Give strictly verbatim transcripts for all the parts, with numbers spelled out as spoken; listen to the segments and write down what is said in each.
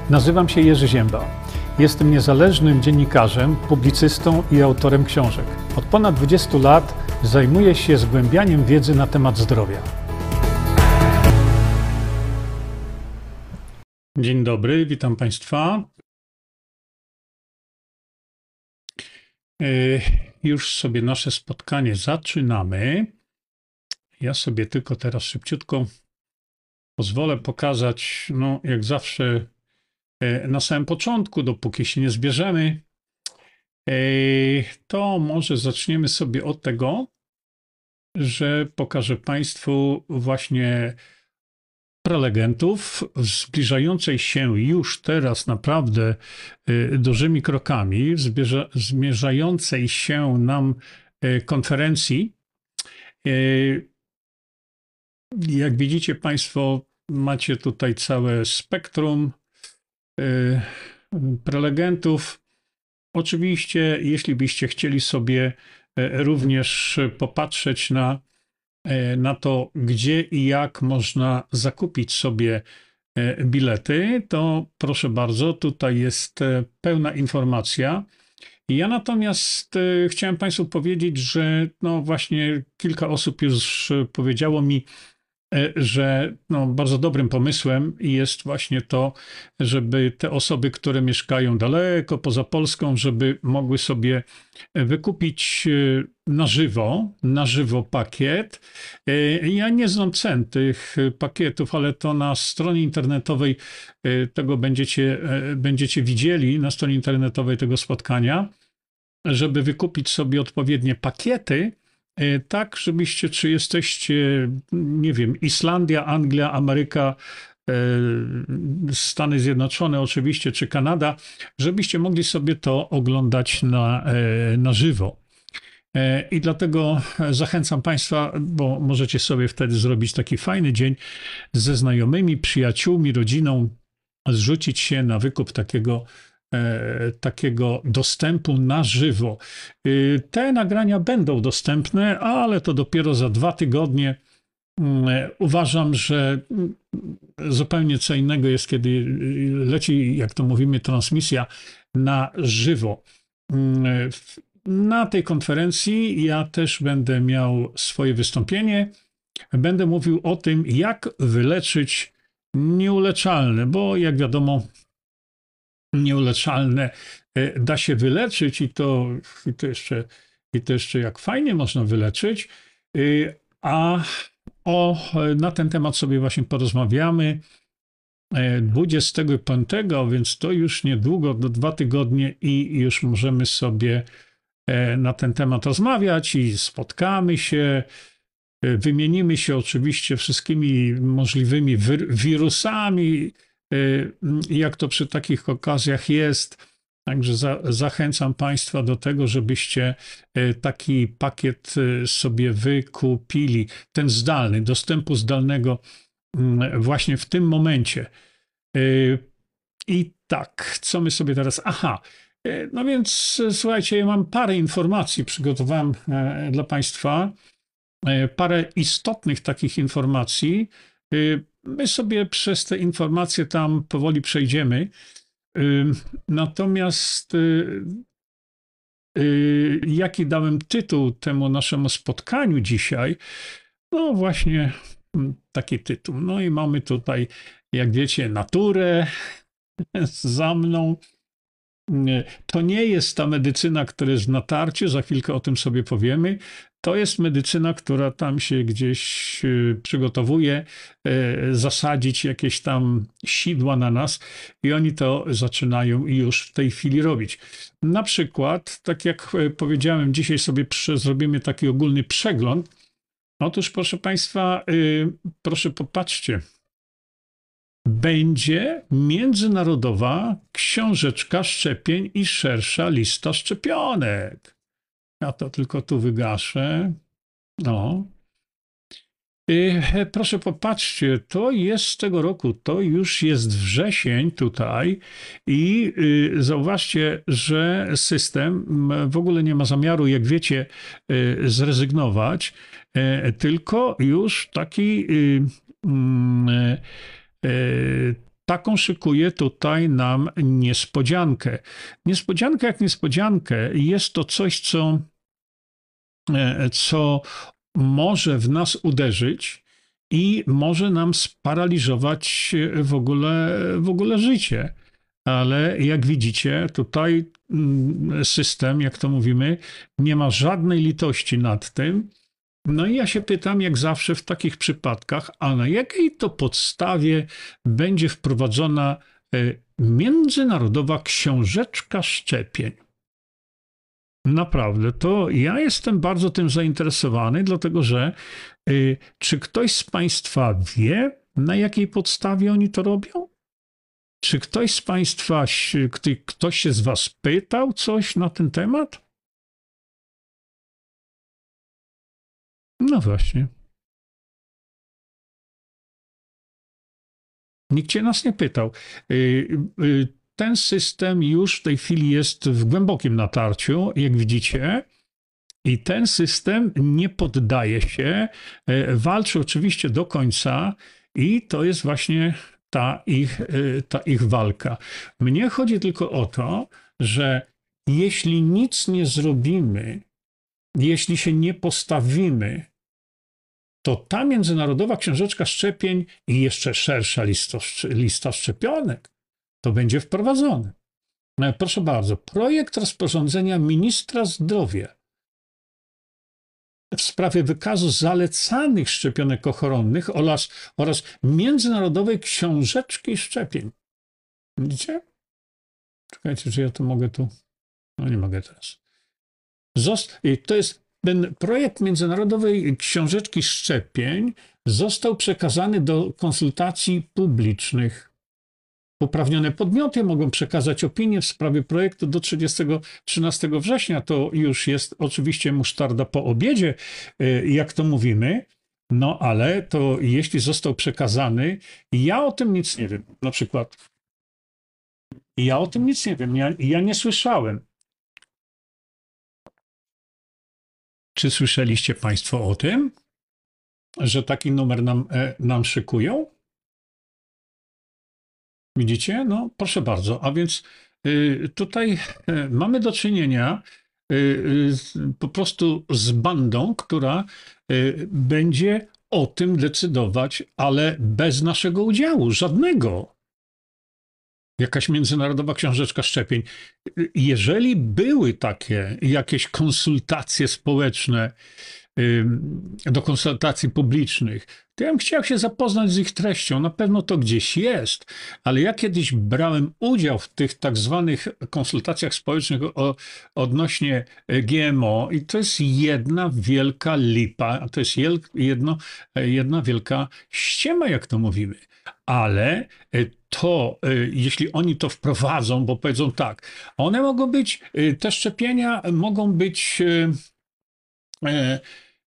Nazywam się Jerzy Ziemba. Jestem niezależnym dziennikarzem, publicystą i autorem książek. Od ponad dwudziestu lat zajmuję się zgłębianiem wiedzy na temat zdrowia. Dzień dobry, witam Państwa. Już sobie nasze spotkanie zaczynamy. Ja sobie tylko teraz szybciutko pozwolę pokazać, no jak zawsze na samym początku, dopóki się nie zbierzemy, to może zaczniemy sobie od tego, że pokażę Państwu właśnie prelegentów zbliżającej się już teraz naprawdę dużymi krokami, zmierzającej się nam konferencji. Jak widzicie Państwo, macie tutaj całe spektrum prelegentów. Oczywiście, jeśli byście chcieli sobie również popatrzeć na, na to, gdzie i jak można zakupić sobie bilety, to proszę bardzo, tutaj jest pełna informacja. Ja natomiast chciałem Państwu powiedzieć, że no właśnie kilka osób już powiedziało mi, że no, bardzo dobrym pomysłem jest właśnie to, żeby te osoby, które mieszkają daleko poza Polską, żeby mogły sobie wykupić na żywo, na żywo pakiet. Ja nie znam cen tych pakietów, ale to na stronie internetowej tego będziecie, będziecie widzieli, na stronie internetowej tego spotkania, żeby wykupić sobie odpowiednie pakiety, tak, żebyście, czy jesteście, nie wiem, Islandia, Anglia, Ameryka, Stany Zjednoczone oczywiście, czy Kanada, żebyście mogli sobie to oglądać na, na żywo. I dlatego zachęcam Państwa, bo możecie sobie wtedy zrobić taki fajny dzień ze znajomymi, przyjaciółmi, rodziną, zrzucić się na wykup takiego takiego dostępu na żywo. Te nagrania będą dostępne, ale to dopiero za dwa tygodnie. Uważam, że zupełnie co innego jest, kiedy leci, jak to mówimy, transmisja na żywo. Na tej konferencji ja też będę miał swoje wystąpienie. Będę mówił o tym, jak wyleczyć nieuleczalne, bo jak wiadomo, nieuleczalne da się wyleczyć i to, i to jeszcze, i to jeszcze jak fajnie można wyleczyć, a o, na ten temat sobie właśnie porozmawiamy dwudziestego piątego, więc to już niedługo, do dwa tygodnie i już możemy sobie na ten temat rozmawiać i spotkamy się, wymienimy się oczywiście wszystkimi możliwymi wirusami, jak to przy takich okazjach jest. Także za, zachęcam Państwa do tego, żebyście taki pakiet sobie wykupili. Ten zdalny, dostępu zdalnego właśnie w tym momencie. I tak, co my sobie teraz... Aha, no więc słuchajcie, ja mam parę informacji, przygotowałem dla Państwa. Parę istotnych takich informacji. My sobie przez te informacje tam powoli przejdziemy. Natomiast jaki dałem tytuł temu naszemu spotkaniu dzisiaj? No właśnie taki tytuł. No i mamy tutaj, jak wiecie, naturę za mną. To nie jest ta medycyna, która jest w natarciu, za chwilkę o tym sobie powiemy. To jest medycyna, która tam się gdzieś przygotowuje, zasadzić jakieś tam sidła na nas i oni to zaczynają już w tej chwili robić. Na przykład, tak jak powiedziałem, dzisiaj sobie zrobimy taki ogólny przegląd. Otóż, proszę Państwa, proszę popatrzcie. Będzie międzynarodowa książeczka szczepień i szersza lista szczepionek. Ja to tylko tu wygaszę. No. I proszę popatrzcie, to jest z tego roku, to już jest wrzesień tutaj i zauważcie, że system w ogóle nie ma zamiaru, jak wiecie, zrezygnować, tylko już taki taką szykuje tutaj nam niespodziankę. Niespodziankę jak niespodziankę, jest to coś, co, co może w nas uderzyć i może nam sparaliżować w ogóle, w ogóle życie. Ale jak widzicie, tutaj system, jak to mówimy, nie ma żadnej litości nad tym. No i ja się pytam, jak zawsze w takich przypadkach, a na jakiej to podstawie będzie wprowadzona międzynarodowa książeczka szczepień? Naprawdę, to ja jestem bardzo tym zainteresowany, dlatego że y, czy ktoś z Państwa wie, na jakiej podstawie oni to robią? Czy ktoś z Państwa, ktoś się z Was pytał coś na ten temat? No właśnie. Nikt się nas nie pytał. Ten system już w tej chwili jest w głębokim natarciu, jak widzicie. I ten system nie poddaje się, walczy oczywiście do końca i to jest właśnie ta ich, ta ich walka. Mnie chodzi tylko o to, że jeśli nic nie zrobimy, jeśli się nie postawimy, to ta międzynarodowa książeczka szczepień i jeszcze szersza lista, lista szczepionek to będzie wprowadzone. No, proszę bardzo, projekt rozporządzenia ministra zdrowia w sprawie wykazu zalecanych szczepionek ochronnych oraz, oraz międzynarodowej książeczki szczepień. Widzicie? Czekajcie, czy ja to mogę tu... No nie mogę teraz. Zost... To jest ten projekt międzynarodowej książeczki szczepień został przekazany do konsultacji publicznych. Uprawnione podmioty mogą przekazać opinię w sprawie projektu do trzydziestego trzynastego września. To już jest oczywiście musztarda po obiedzie, jak to mówimy. No ale to jeśli został przekazany, ja o tym nic nie wiem. Na przykład ja o tym nic nie wiem. Ja, ja nie słyszałem. Czy słyszeliście Państwo o tym, że taki numer nam, nam szykują? Widzicie? No proszę bardzo. A więc y, tutaj y, mamy do czynienia y, y, po prostu z bandą, która y, będzie o tym decydować, ale bez naszego udziału, żadnego. Jakaś międzynarodowa książeczka szczepień. Jeżeli były takie jakieś konsultacje społeczne, do konsultacji publicznych, to ja bym chciał się zapoznać z ich treścią. Na pewno to gdzieś jest, ale ja kiedyś brałem udział w tych tak zwanych konsultacjach społecznych o, odnośnie G M O i to jest jedna wielka lipa, to jest jedno, jedna wielka ściema, jak to mówimy. Ale to, jeśli oni to wprowadzą, bo powiedzą tak, one mogą być, te szczepienia mogą być e,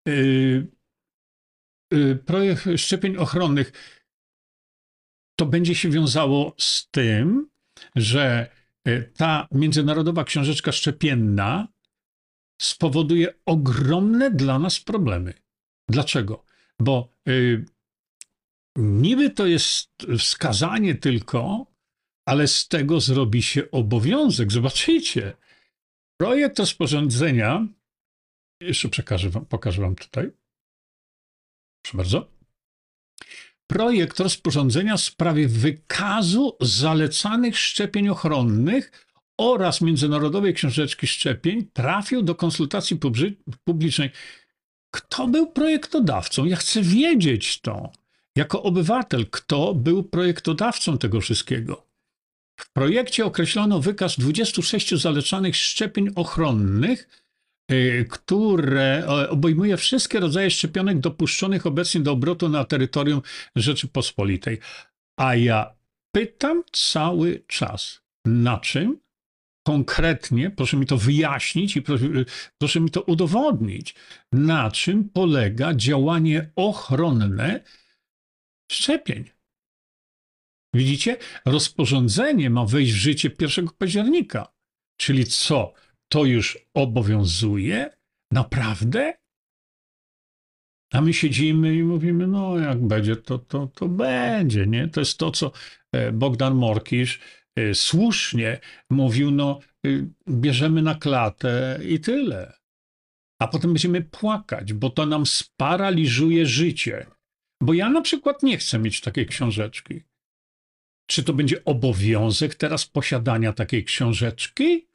projekt szczepień ochronnych, to będzie się wiązało z tym, że ta międzynarodowa książeczka szczepienna spowoduje ogromne dla nas problemy. Dlaczego? Bo y, niby to jest wskazanie tylko, ale z tego zrobi się obowiązek. Zobaczycie. Projekt rozporządzenia, jeszcze przekażę wam, pokażę wam tutaj. Proszę bardzo. Projekt rozporządzenia w sprawie wykazu zalecanych szczepień ochronnych oraz międzynarodowej książeczki szczepień trafił do konsultacji publicznej. Kto był projektodawcą? Ja chcę wiedzieć to. Jako obywatel, kto był projektodawcą tego wszystkiego? W projekcie określono wykaz dwudziestu sześciu zalecanych szczepień ochronnych, które obejmuje wszystkie rodzaje szczepionek dopuszczonych obecnie do obrotu na terytorium Rzeczypospolitej. A ja pytam cały czas, na czym konkretnie, proszę mi to wyjaśnić i proszę, proszę mi to udowodnić, na czym polega działanie ochronne szczepień. Widzicie? Rozporządzenie ma wejść w życie pierwszego października. Czyli co? To już obowiązuje? Naprawdę? A my siedzimy i mówimy, no jak będzie, to, to, to będzie, nie? To jest to, co e, Bogdan Morkisz e, słusznie mówił, no y, bierzemy na klatę i tyle. A potem będziemy płakać, bo to nam sparaliżuje życie. Bo ja na przykład nie chcę mieć takiej książeczki. Czy to będzie obowiązek teraz posiadania takiej książeczki?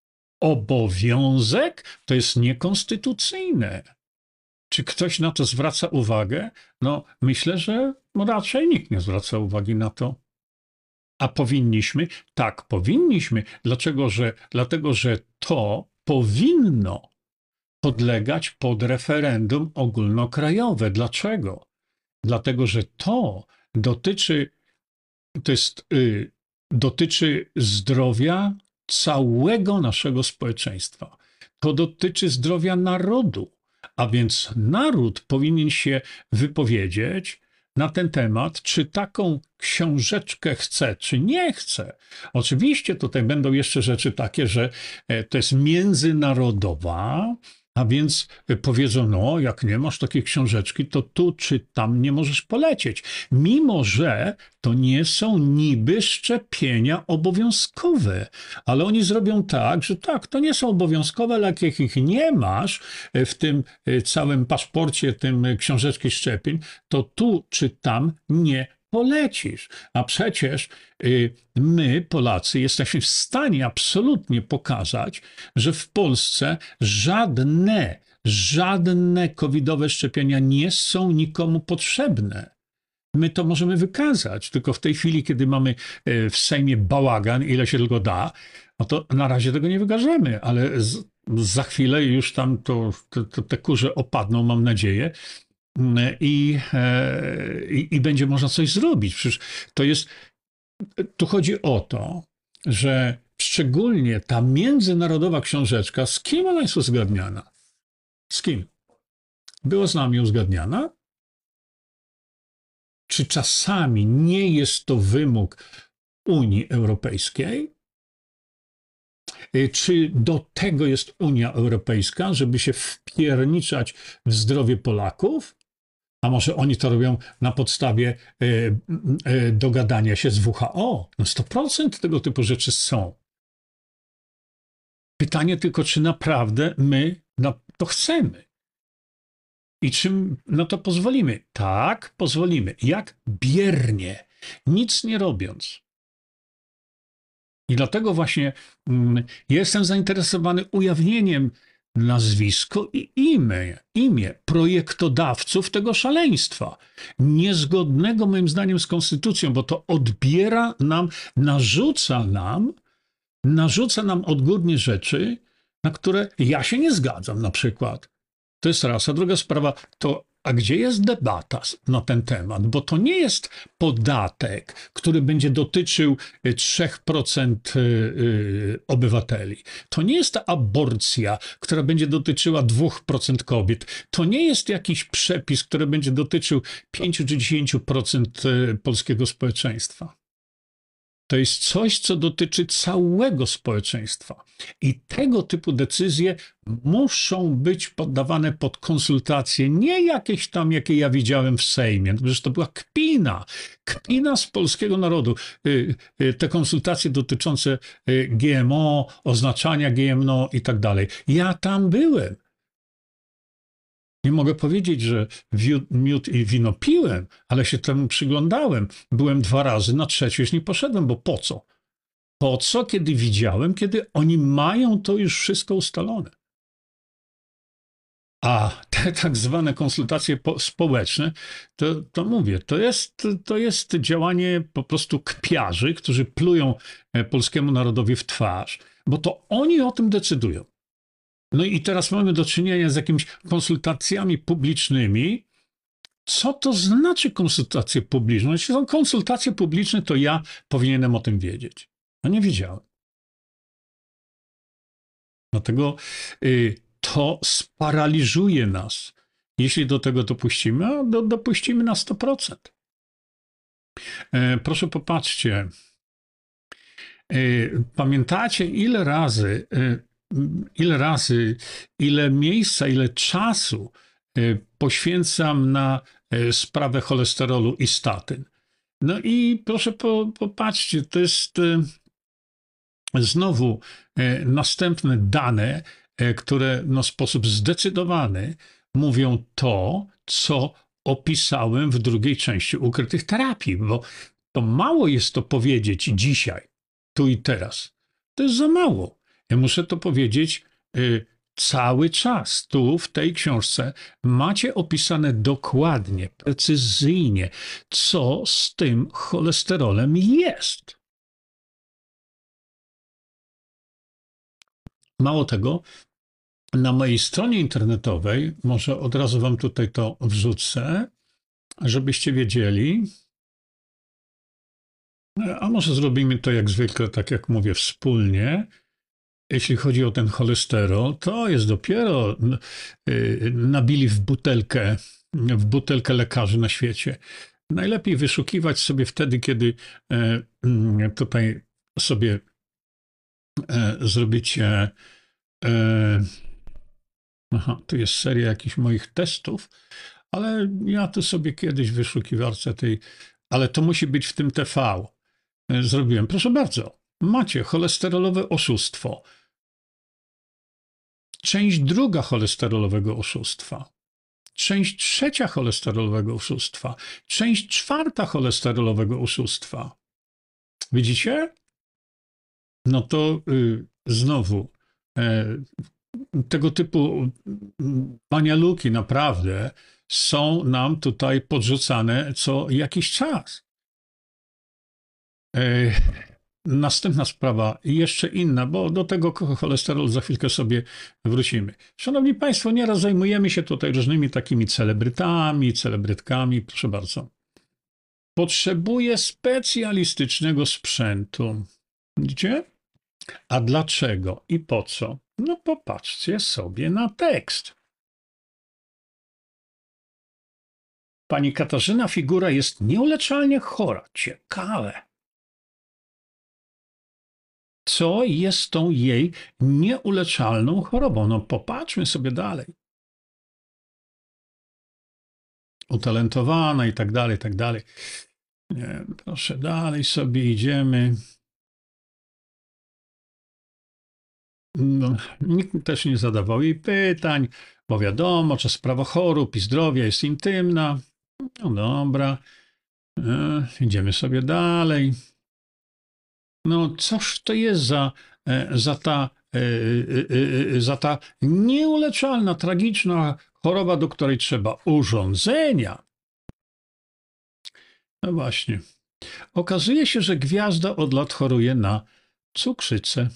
Obowiązek? To jest niekonstytucyjne. Czy ktoś na to zwraca uwagę? No, myślę, że raczej nikt nie zwraca uwagi na to. A powinniśmy? Tak, powinniśmy. Dlaczego? Że, dlatego, że to powinno podlegać pod referendum ogólnokrajowe. Dlaczego? Dlatego, że to dotyczy, to jest, y, dotyczy zdrowia całego naszego społeczeństwa. To dotyczy zdrowia narodu. A więc naród powinien się wypowiedzieć na ten temat, czy taką książeczkę chce, czy nie chce. Oczywiście tutaj będą jeszcze rzeczy takie, że to jest międzynarodowa, a więc powiedzą, no jak nie masz takiej książeczki, to tu czy tam nie możesz polecieć. Mimo, że to nie są niby szczepienia obowiązkowe, ale oni zrobią tak, że tak, to nie są obowiązkowe, ale jak ich nie masz w tym całym paszporcie, tym książeczki szczepień, to tu czy tam nie polecisz. A przecież y, my, Polacy, jesteśmy w stanie absolutnie pokazać, że w Polsce żadne, żadne covidowe szczepienia nie są nikomu potrzebne. My to możemy wykazać, tylko w tej chwili, kiedy mamy y, w Sejmie bałagan, ile się tylko da, no to na razie tego nie wykażemy, ale z, za chwilę już tam to, to, te kurze opadną, mam nadzieję. I, i, I będzie można coś zrobić. Przecież to jest, tu chodzi o to, że szczególnie ta międzynarodowa książeczka, z kim ona jest uzgadniana? Z kim? Była z nami uzgadniana? Czy czasami nie jest to wymóg Unii Europejskiej? Czy do tego jest Unia Europejska, żeby się wpierniczać w zdrowie Polaków? A może oni to robią na podstawie y, y, dogadania się z W H O? No sto procent tego typu rzeczy są. Pytanie tylko, czy naprawdę my na to chcemy? I czym na to pozwolimy? Tak, pozwolimy. Jak? Biernie, nic nie robiąc. I dlatego właśnie mm, jestem zainteresowany ujawnieniem nazwisko i imię, imię projektodawców tego szaleństwa. Niezgodnego moim zdaniem z konstytucją, bo to odbiera nam, narzuca nam, narzuca nam odgórnie rzeczy, na które ja się nie zgadzam na przykład. To jest raz. A druga sprawa to, a gdzie jest debata na ten temat? Bo to nie jest podatek, który będzie dotyczył trzy procent obywateli. To nie jest ta aborcja, która będzie dotyczyła dwa procent kobiet. To nie jest jakiś przepis, który będzie dotyczył pięć czy dziesięć procent polskiego społeczeństwa. To jest coś, co dotyczy całego społeczeństwa. I tego typu decyzje muszą być poddawane pod konsultacje, nie jakieś tam, jakie ja widziałem w Sejmie. Przecież to była kpina, kpina z polskiego narodu. Te konsultacje dotyczące G M O, oznaczania G M O i tak dalej. Ja tam byłem. Nie mogę powiedzieć, że miód i wino piłem, ale się temu przyglądałem. Byłem dwa razy, na trzecie już nie poszedłem, bo po co? Po co, kiedy widziałem, kiedy oni mają to już wszystko ustalone? A te tak zwane konsultacje społeczne, to, to mówię, to jest, to jest działanie po prostu kpiarzy, którzy plują polskiemu narodowi w twarz, bo to oni o tym decydują. No i teraz mamy do czynienia z jakimiś konsultacjami publicznymi. Co to znaczy konsultacje publiczne? Jeśli są konsultacje publiczne, to ja powinienem o tym wiedzieć. No nie wiedziałem. Dlatego y, to sparaliżuje nas. Jeśli do tego dopuścimy, a do, dopuścimy na sto procent. E, proszę popatrzcie. E, pamiętacie, ile razy... E, ile razy, ile miejsca, ile czasu poświęcam na sprawę cholesterolu i statyn. No i proszę po, popatrzcie, to jest znowu następne dane, które no, w sposób zdecydowany mówią to, co opisałem w drugiej części ukrytych terapii, bo to mało jest to powiedzieć dzisiaj, tu i teraz. To jest za mało. Ja muszę to powiedzieć y, cały czas. Tu, w tej książce, macie opisane dokładnie, precyzyjnie, co z tym cholesterolem jest. Mało tego, na mojej stronie internetowej, może od razu wam tutaj to wrzucę, żebyście wiedzieli, a może zrobimy to jak zwykle, tak jak mówię, wspólnie. Jeśli chodzi o ten cholesterol, to jest dopiero nabili w butelkę, w butelkę lekarzy na świecie. Najlepiej wyszukiwać sobie wtedy, kiedy tutaj sobie zrobicie. Aha, tu jest seria jakichś moich testów, ale ja tu sobie kiedyś w wyszukiwarce tej, ale to musi być w tym T V. Zrobiłem. Proszę bardzo, macie cholesterolowe oszustwo. Część druga cholesterolowego oszustwa. Część trzecia cholesterolowego oszustwa. Część czwarta cholesterolowego oszustwa. Widzicie? No to y, znowu y, tego typu banialuki naprawdę są nam tutaj podrzucane co jakiś czas. Y, Następna sprawa, jeszcze inna, bo do tego cholesterolu za chwilkę sobie wrócimy. Szanowni Państwo, nieraz zajmujemy się tutaj różnymi takimi celebrytami, celebrytkami, proszę bardzo. Potrzebuję specjalistycznego sprzętu. Widzicie? A dlaczego i po co? No popatrzcie sobie na tekst. Pani Katarzyna Figura jest nieuleczalnie chora. Ciekawe. Co jest tą jej nieuleczalną chorobą? No popatrzmy sobie dalej. Utalentowana i tak dalej, i tak dalej. Nie, proszę, dalej sobie idziemy. No, nikt też nie zadawał jej pytań, bo wiadomo, że sprawa chorób i zdrowia jest intymna. No dobra, e, idziemy sobie dalej. No cóż to jest za, za, ta, za ta nieuleczalna, tragiczna choroba, do której trzeba urządzenia? No właśnie. Okazuje się, że gwiazda od lat choruje na cukrzycę.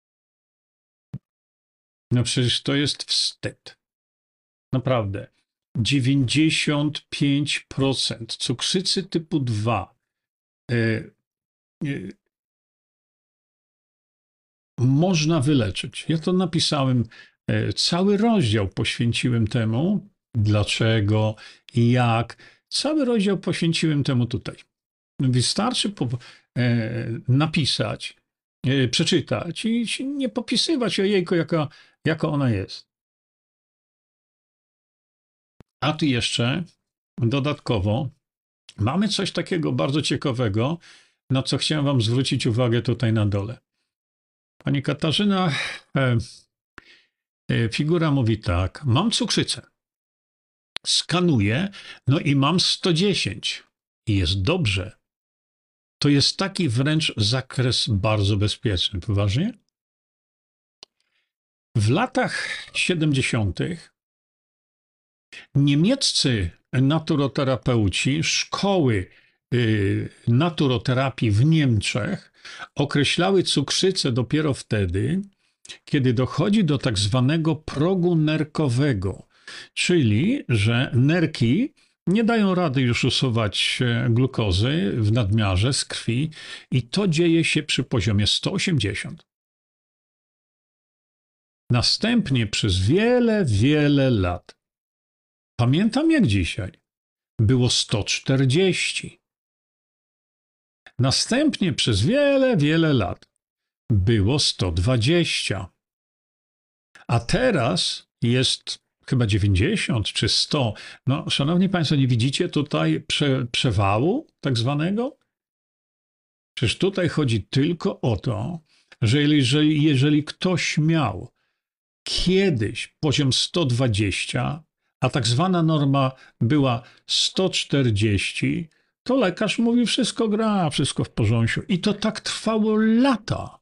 No przecież to jest wstyd. Naprawdę. dziewięćdziesiąt pięć procent cukrzycy typu dwa y, y, można wyleczyć. Ja to napisałem, y, cały rozdział poświęciłem temu, dlaczego i jak. Cały rozdział poświęciłem temu tutaj. Wystarczy po, y, napisać, y, przeczytać i nie popisywać o jejku, jaka, jaka ona jest. A tu jeszcze dodatkowo mamy coś takiego bardzo ciekawego, na co chciałem wam zwrócić uwagę tutaj na dole. Pani Katarzyna e, e, Figura mówi tak, mam cukrzycę, skanuję, no i mam sto dziesięć i jest dobrze. To jest taki wręcz zakres bardzo bezpieczny. Poważnie? W latach siedemdziesiątych niemieccy naturoterapeuci szkoły y, naturoterapii w Niemczech określały cukrzycę dopiero wtedy, kiedy dochodzi do tak zwanego progu nerkowego, czyli że nerki nie dają rady już usuwać glukozy w nadmiarze z krwi i to dzieje się przy poziomie sto osiemdziesiąt. Następnie przez wiele, wiele lat, pamiętam jak dzisiaj, było sto czterdzieści. Następnie przez wiele, wiele lat było sto dwadzieścia. A teraz jest chyba dziewięćdziesiąt czy sto. No, szanowni państwo, nie widzicie tutaj prze, przewału tak zwanego? Przecież tutaj chodzi tylko o to, że jeżeli, jeżeli ktoś miał kiedyś poziom sto dwadzieścia, a tak zwana norma była sto czterdzieści, to lekarz mówi, wszystko gra, wszystko w porządku. I to tak trwało lata.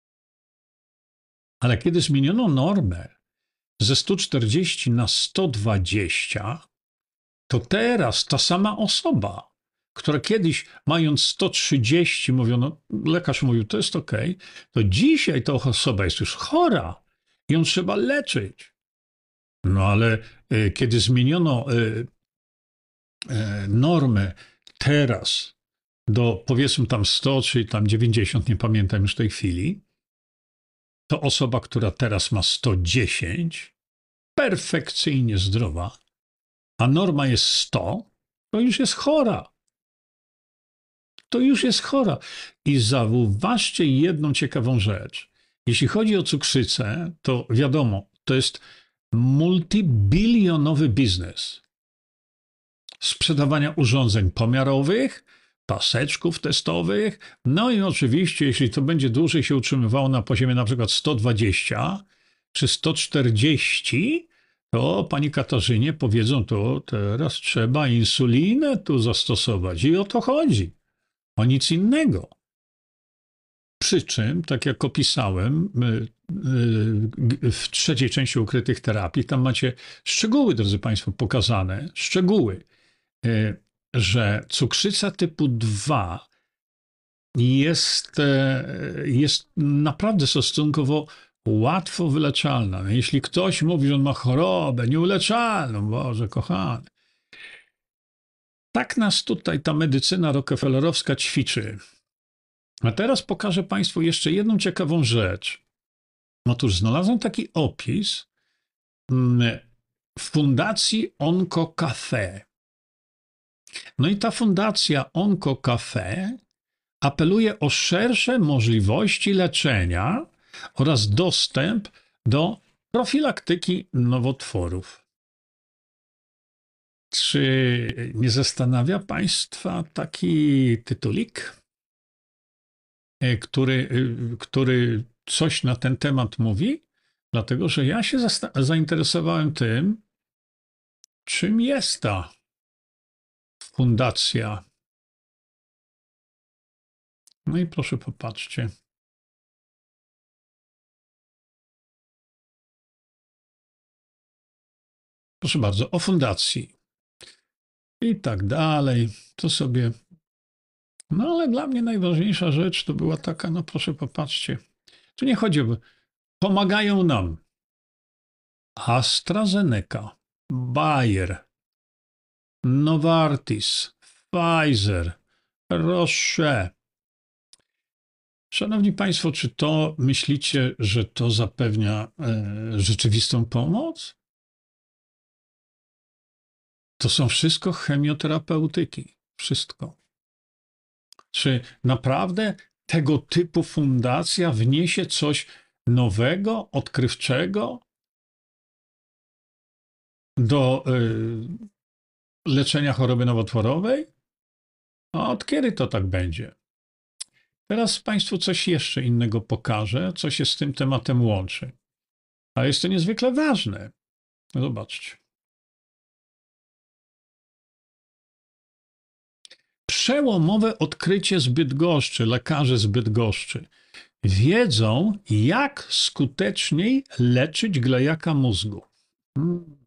Ale kiedy zmieniono normę ze sto czterdzieści na sto dwadzieścia, to teraz ta sama osoba, która kiedyś mając sto trzydzieści mówiono, lekarz mówił, to jest okej, to dzisiaj ta osoba jest już chora i ją trzeba leczyć. No ale y, kiedy zmieniono y, y, normę teraz do powiedzmy tam sto czy tam dziewięćdziesiąt, nie pamiętam już w tej chwili, to osoba, która teraz ma sto dziesięć, perfekcyjnie zdrowa, a norma jest sto, to już jest chora. To już jest chora. I zauważcie jedną ciekawą rzecz. Jeśli chodzi o cukrzycę, to wiadomo, to jest multibilionowy biznes. Sprzedawania urządzeń pomiarowych, paseczków testowych, no i oczywiście, jeśli to będzie dłużej się utrzymywało na poziomie na przykład sto dwadzieścia czy sto czterdzieści, to pani Katarzynie powiedzą, to teraz trzeba insulinę tu zastosować. I o to chodzi. O nic innego. Przy czym, tak jak opisałem w trzeciej części ukrytych terapii, tam macie szczegóły, drodzy państwo, pokazane, szczegóły, że cukrzyca typu dwa jest, jest naprawdę stosunkowo łatwo wyleczalna. Jeśli ktoś mówi, że on ma chorobę nieuleczalną, Boże kochany, tak nas tutaj ta medycyna rockefellerowska ćwiczy. A teraz pokażę państwu jeszcze jedną ciekawą rzecz. Otóż znalazłem taki opis w fundacji Onco Cafe. No i ta fundacja Onco Cafe apeluje o szersze możliwości leczenia oraz dostęp do profilaktyki nowotworów. Czy nie zastanawia państwa taki tytulik, który, który coś na ten temat mówi? Dlatego, że ja się zainteresowałem tym, czym jest ta fundacja. No i proszę popatrzcie. Proszę bardzo, o fundacji. I tak dalej. To sobie... No ale dla mnie najważniejsza rzecz to była taka, no proszę popatrzcie. Tu nie chodzi o... Pomagają nam AstraZeneca, Bayer, Novartis, Pfizer, Roche. Szanowni państwo, czy to myślicie, że to zapewnia e, rzeczywistą pomoc? To są wszystko chemioterapeutyki. Wszystko. Czy naprawdę tego typu fundacja wniesie coś nowego, odkrywczego do y, leczenia choroby nowotworowej? A od kiedy to tak będzie? Teraz państwu coś jeszcze innego pokażę, co się z tym tematem łączy. A jest to niezwykle ważne. Zobaczcie. Przełomowe odkrycie z Bydgoszczy, lekarze z Bydgoszczy wiedzą, jak skuteczniej leczyć glejaka mózgu. Hmm.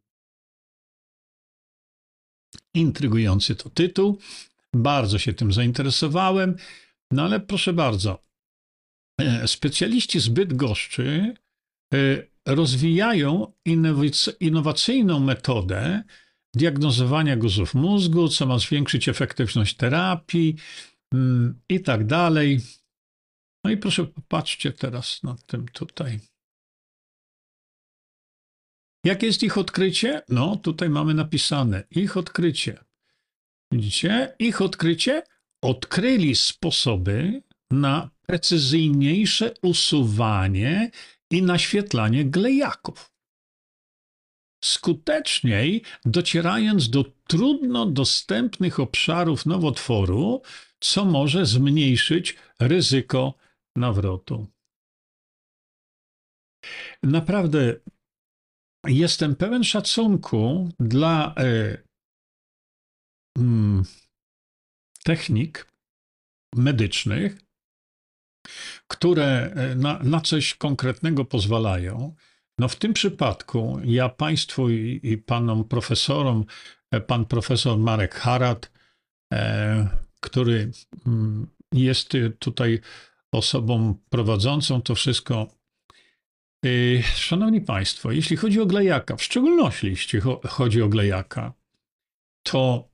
Intrygujący to tytuł, bardzo się tym zainteresowałem, no ale proszę bardzo, specjaliści z Bydgoszczy rozwijają innowacyjną metodę diagnozowania guzów mózgu, co ma zwiększyć efektywność terapii i tak dalej. No i proszę popatrzcie teraz na tym tutaj. Jakie jest ich odkrycie? No tutaj mamy napisane ich odkrycie. Widzicie? Ich odkrycie? Odkryli sposoby na precyzyjniejsze usuwanie i naświetlanie glejaków. skuteczniej docierając do trudno dostępnych obszarów nowotworu, co może zmniejszyć ryzyko nawrotu. Naprawdę jestem pełen szacunku dla e, mm, technik medycznych, które na, na coś konkretnego pozwalają. No w tym przypadku ja Państwu i, i Panom profesorom, Pan profesor Marek Harat, e, który mm, jest tutaj osobą prowadzącą to wszystko. E, Szanowni Państwo, jeśli chodzi o glejaka, w szczególności jeśli chodzi o glejaka, to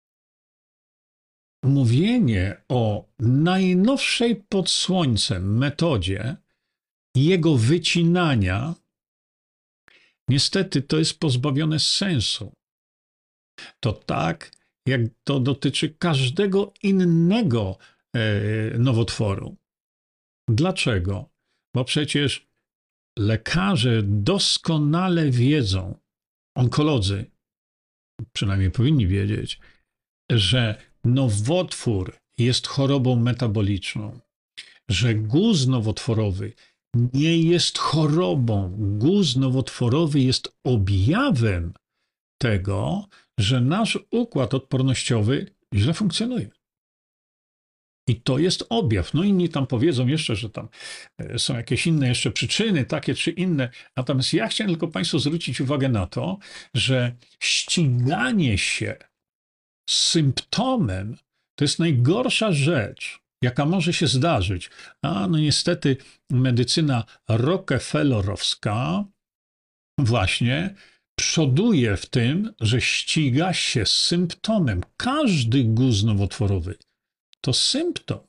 mówienie o najnowszej pod słońcem metodzie jego wycinania, niestety to jest pozbawione sensu. To tak, jak to dotyczy każdego innego e, nowotworu. Dlaczego? Bo przecież lekarze doskonale wiedzą, onkolodzy przynajmniej powinni wiedzieć, że nowotwór jest chorobą metaboliczną, że guz nowotworowy nie jest chorobą. Guz nowotworowy jest objawem tego, że nasz układ odpornościowy źle funkcjonuje. I to jest objaw. No inni tam powiedzą jeszcze, że tam są jakieś inne jeszcze przyczyny, takie czy inne. Natomiast ja chciałem tylko Państwu zwrócić uwagę na to, że ściganie się z symptomem to jest najgorsza rzecz, jaka może się zdarzyć. A no niestety medycyna rockefellerowska właśnie przoduje w tym, że ściga się z symptomem. Każdy guz nowotworowy to symptom.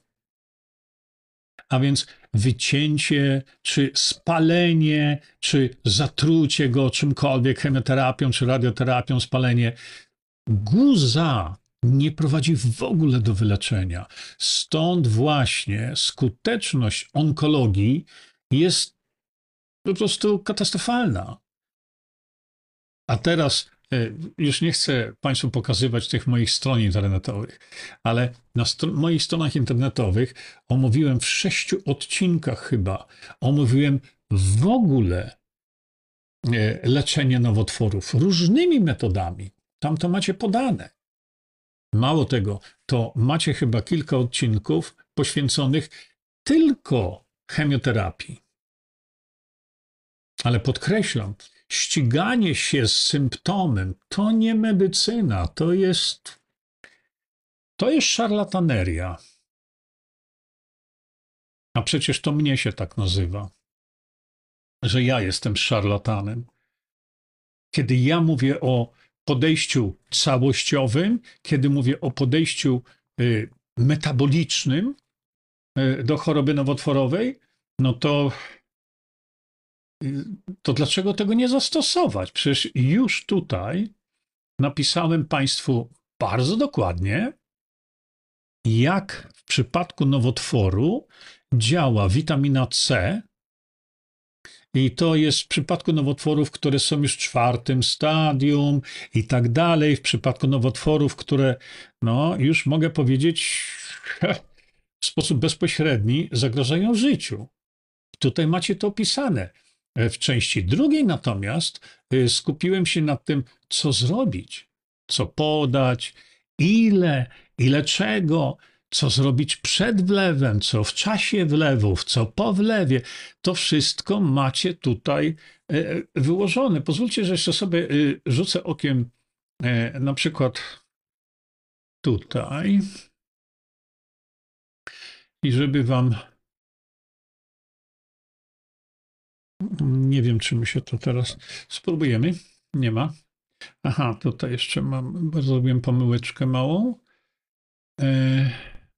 A więc wycięcie, czy spalenie, czy zatrucie go czymkolwiek, chemioterapią, czy radioterapią, spalenie, guza nie prowadzi w ogóle do wyleczenia. Stąd właśnie skuteczność onkologii jest po prostu katastrofalna. A teraz już nie chcę Państwu pokazywać tych moich stron internetowych, ale na str- moich stronach internetowych omówiłem w sześciu odcinkach chyba, omówiłem w ogóle leczenie nowotworów różnymi metodami. Tam to macie podane. Mało tego, to macie chyba kilka odcinków poświęconych tylko chemioterapii. Ale podkreślam, ściganie się z symptomem to nie medycyna, to jest, to jest szarlataneria. A przecież to mnie się tak nazywa, że ja jestem szarlatanem. Kiedy ja mówię o podejściu całościowym, kiedy mówię o podejściu y, metabolicznym y, do choroby nowotworowej, no to to dlaczego tego nie zastosować? Przecież już tutaj napisałem Państwu bardzo dokładnie, jak w przypadku nowotworu działa witamina C. I to jest w przypadku nowotworów, które są już w czwartym stadium i tak dalej. W przypadku nowotworów, które, no już mogę powiedzieć, w sposób bezpośredni zagrażają życiu. Tutaj macie to opisane. W części drugiej natomiast skupiłem się na tym, co zrobić, co podać, ile, ile czego, co zrobić przed wlewem, co w czasie wlewów, co po wlewie. To wszystko macie tutaj wyłożone. Pozwólcie, że jeszcze sobie rzucę okiem na przykład tutaj i żeby wam... Nie wiem, czy my się to teraz spróbujemy. Nie ma. Aha, tutaj jeszcze mam, zrobiłem pomyłeczkę małą. E...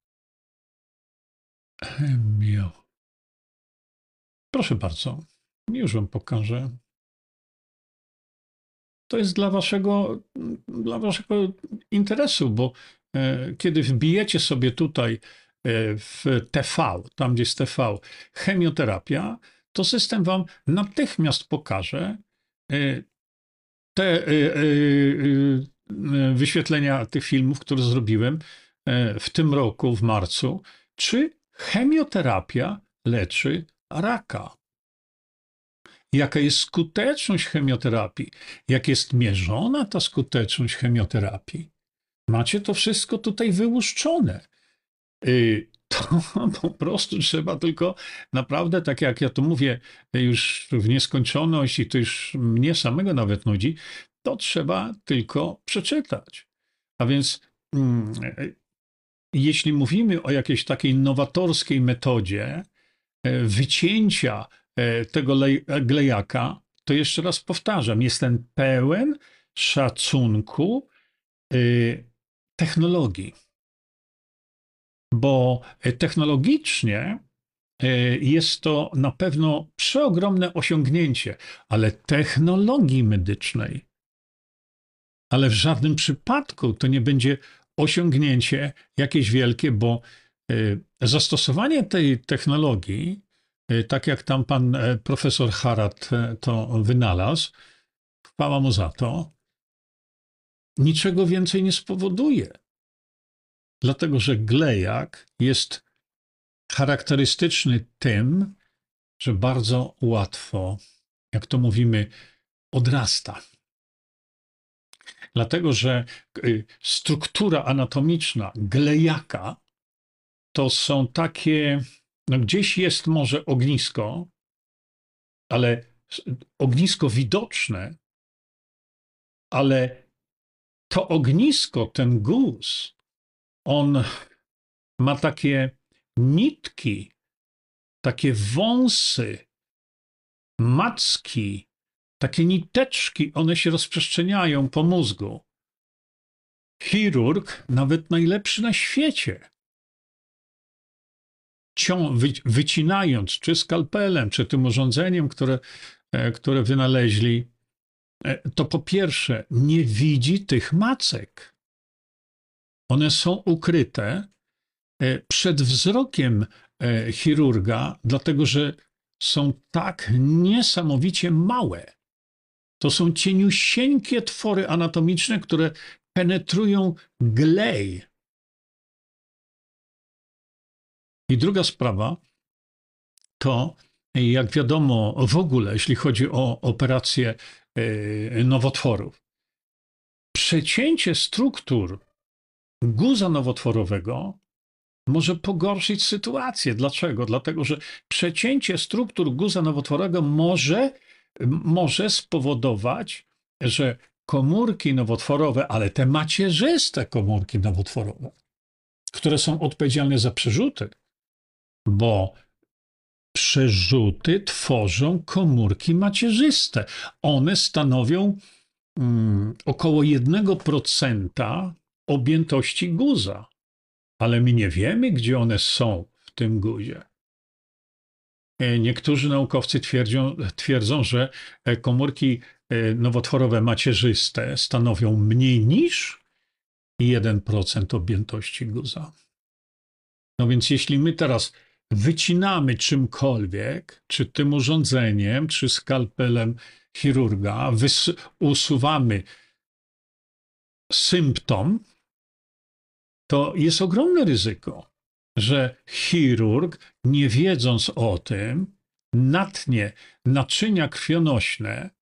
Chemio. Proszę bardzo, już wam pokażę. To jest dla waszego, dla waszego interesu, bo e, kiedy wbijecie sobie tutaj e, w T V, tam gdzie jest T V, chemioterapia, to system wam natychmiast pokaże, te y, y, y, wyświetlenia tych filmów, które zrobiłem y, w tym roku, w marcu, czy chemioterapia leczy raka. Jaka jest skuteczność chemioterapii? Jak jest mierzona ta skuteczność chemioterapii? Macie to wszystko tutaj wyłuszczone. Y, To po prostu trzeba tylko naprawdę, tak jak ja to mówię już w nieskończoność i to już mnie samego nawet nudzi, to trzeba tylko przeczytać. A więc mm, jeśli mówimy o jakiejś takiej nowatorskiej metodzie e, wycięcia e, tego lej- glejaka, to jeszcze raz powtarzam, jestem pełen szacunku y, technologii, bo e, technologicznie e, jest to na pewno przeogromne osiągnięcie, ale technologii medycznej, ale w żadnym przypadku to nie będzie osiągnięcie jakieś wielkie, bo e, zastosowanie tej technologii, e, tak jak tam pan e, profesor Harat e, to wynalazł, chwała mu za to, niczego więcej nie spowoduje. Dlatego, że glejak jest charakterystyczny tym, że bardzo łatwo, jak to mówimy, odrasta. Dlatego, że y, struktura anatomiczna glejaka to są takie, no gdzieś jest może ognisko, ale ognisko widoczne, ale to ognisko, ten guz, on ma takie nitki, takie wąsy, macki, takie niteczki, one się rozprzestrzeniają po mózgu. Chirurg, nawet najlepszy na świecie, cią, wy, wycinając, czy skalpelem, czy tym urządzeniem, które, e, które wynaleźli, e, to po pierwsze nie widzi tych macek. One są ukryte e, przed wzrokiem e, chirurga, dlatego że są tak niesamowicie małe. To są cieniusieńkie twory anatomiczne, które penetrują glej. I druga sprawa to, jak wiadomo, w ogóle, jeśli chodzi o operacje yy, nowotworów, przecięcie struktur guza nowotworowego może pogorszyć sytuację. Dlaczego? Dlatego, że przecięcie struktur guza nowotworowego może, może spowodować, że komórki nowotworowe, ale te macierzyste komórki nowotworowe, które są odpowiedzialne za przerzuty, bo przerzuty tworzą komórki macierzyste. One stanowią mm, około jednego procenta objętości guza, ale my nie wiemy, gdzie one są w tym guzie. Niektórzy naukowcy twierdzą, twierdzą, że komórki nowotworowe macierzyste stanowią mniej niż jeden procent objętości guza. No więc jeśli my teraz wycinamy czymkolwiek, czy tym urządzeniem, czy skalpelem chirurga, usuwamy symptom, to jest ogromne ryzyko, że chirurg, nie wiedząc o tym, natnie naczynia krwionośne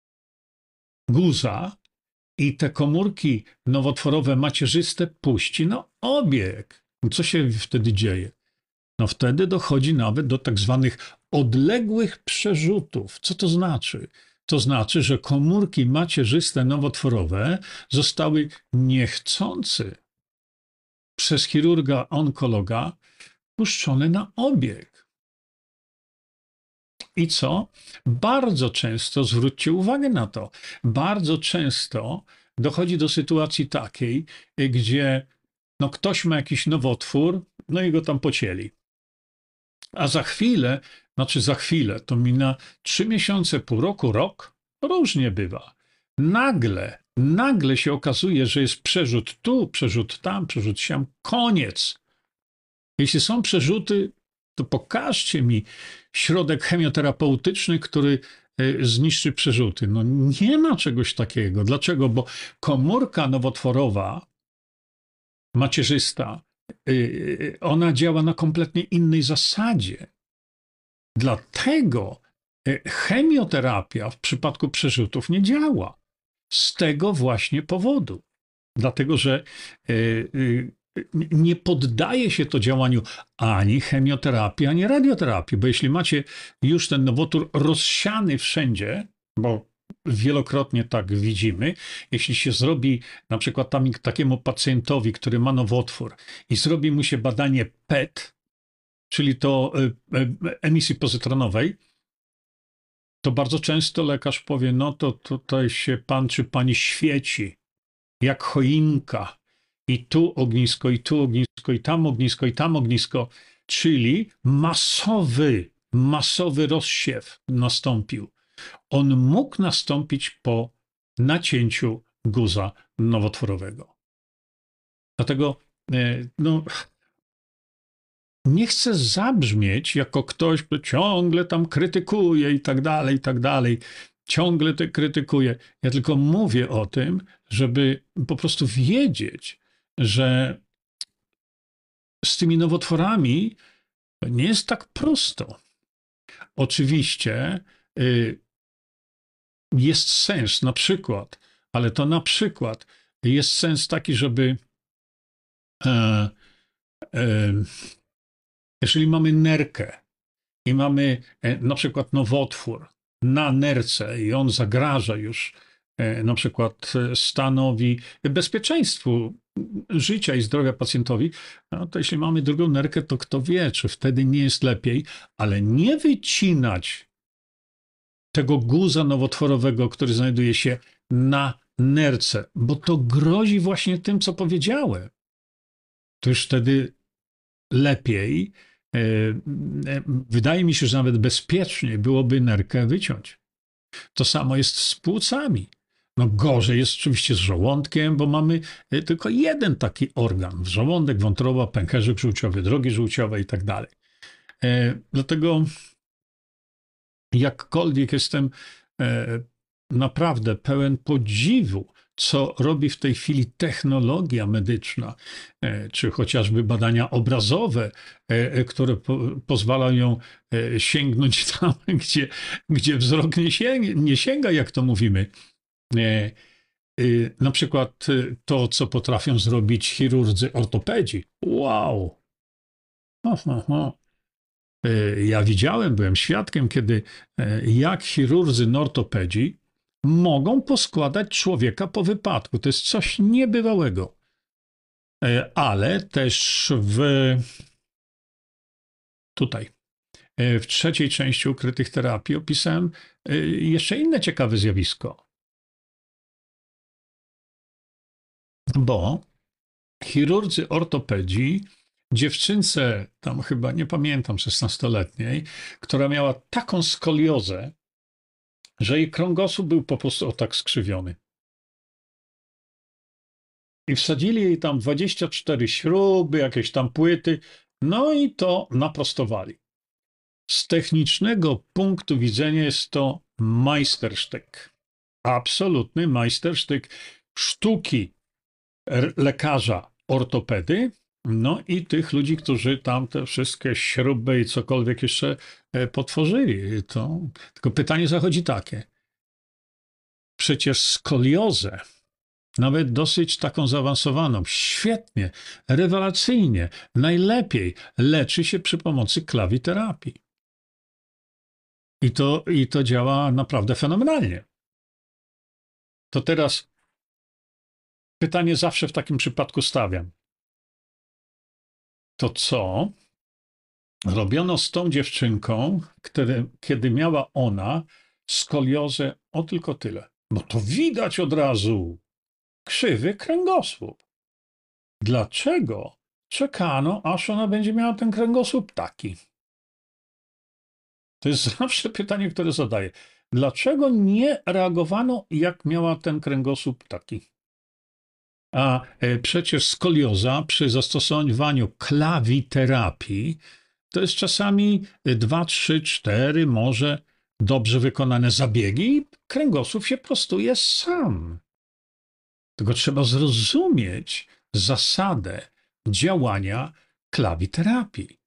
guza i te komórki nowotworowe macierzyste puści na obieg. Co się wtedy dzieje? No wtedy dochodzi nawet do tak zwanych odległych przerzutów. Co to znaczy? To znaczy, że komórki macierzyste nowotworowe zostały niechcący przez chirurga onkologa puszczone na obieg. I co? Bardzo często, zwróćcie uwagę na to, bardzo często dochodzi do sytuacji takiej, gdzie no ktoś ma jakiś nowotwór, no i go tam pocięli. A za chwilę, znaczy za chwilę, to mina trzy miesiące, pół roku, rok, różnie bywa. Nagle, nagle się okazuje, że jest przerzut tu, przerzut tam, przerzut siam, koniec. Jeśli są przerzuty, to pokażcie mi środek chemioterapeutyczny, który y, zniszczy przerzuty. No nie ma czegoś takiego. Dlaczego? Bo komórka nowotworowa, macierzysta, y, y, ona działa na kompletnie innej zasadzie. Dlatego y, chemioterapia w przypadku przerzutów nie działa. Z tego właśnie powodu. Dlatego, że y, y, nie poddaje się to działaniu ani chemioterapii, ani radioterapii, bo jeśli macie już ten nowotwór rozsiany wszędzie, bo wielokrotnie tak widzimy, jeśli się zrobi na przykład tam, takiemu pacjentowi, który ma nowotwór i zrobi mu się badanie P E T, czyli to emisji pozytronowej, to bardzo często lekarz powie, no to tutaj się pan czy pani świeci, jak choinka. I tu ognisko, i tu ognisko, i tam ognisko, i tam ognisko. Czyli masowy, masowy rozsiew nastąpił. On mógł nastąpić po nacięciu guza nowotworowego. Dlatego no, nie chcę zabrzmieć jako ktoś, kto ciągle tam krytykuje i tak dalej, i tak dalej. Ciągle to krytykuje. Ja tylko mówię o tym, żeby po prostu wiedzieć, że z tymi nowotworami nie jest tak prosto. Oczywiście y, jest sens na przykład, ale to na przykład jest sens taki, żeby e, e, jeżeli mamy nerkę i mamy e, na przykład nowotwór na nerce i on zagraża już e, na przykład stanowi bezpieczeństwu życia i zdrowia pacjentowi, no to jeśli mamy drugą nerkę, to kto wie, czy wtedy nie jest lepiej, ale nie wycinać tego guza nowotworowego, który znajduje się na nerce, bo to grozi właśnie tym, co powiedziałem. To już wtedy lepiej, e, e, wydaje mi się, że nawet bezpieczniej byłoby nerkę wyciąć. To samo jest z płucami. No gorzej jest oczywiście z żołądkiem, bo mamy tylko jeden taki organ. Żołądek, wątroba, pęcherzyk żółciowy, drogi żółciowe i tak dalej. E, dlatego jakkolwiek jestem e, naprawdę pełen podziwu, co robi w tej chwili technologia medyczna, e, czy chociażby badania obrazowe, e, które po, pozwalają e, sięgnąć tam, gdzie, gdzie wzrok nie sięga, nie sięga, jak to mówimy. E, y, na przykład to, co potrafią zrobić chirurdzy ortopedzi. Wow! Ho, ho, ho. E, ja widziałem, byłem świadkiem, kiedy e, jak chirurdzy ortopedzi mogą poskładać człowieka po wypadku. To jest coś niebywałego. E, ale też w tutaj, e, w trzeciej części ukrytych terapii opisałem e, jeszcze inne ciekawe zjawisko. Bo chirurdzy ortopedzi, dziewczynce, tam chyba nie pamiętam, szesnastoletniej, która miała taką skoliozę, że jej krągosłup był po prostu o tak skrzywiony. I wsadzili jej tam dwadzieścia cztery śruby, jakieś tam płyty, no i to naprostowali. Z technicznego punktu widzenia jest to majstersztyk. Absolutny majstersztyk sztuki lekarza ortopedy, no i tych ludzi, którzy tam te wszystkie śruby i cokolwiek jeszcze potworzyli. To, tylko pytanie zachodzi takie. Przecież skoliozę, nawet dosyć taką zaawansowaną, świetnie, rewelacyjnie, najlepiej leczy się przy pomocy klawiterapii. I to, i to działa naprawdę fenomenalnie. To teraz pytanie zawsze w takim przypadku stawiam. To co robiono z tą dziewczynką, który, kiedy miała ona skoliozę o tylko tyle? Bo to widać od razu. Krzywy kręgosłup. Dlaczego czekano, aż ona będzie miała ten kręgosłup taki? To jest zawsze pytanie, które zadaję. Dlaczego nie reagowano, jak miała ten kręgosłup taki? A przecież skolioza przy zastosowaniu klawiterapii to jest czasami dwa, trzy, cztery, może dobrze wykonane zabiegi i kręgosłup się prostuje sam. Tylko trzeba zrozumieć zasadę działania klawiterapii.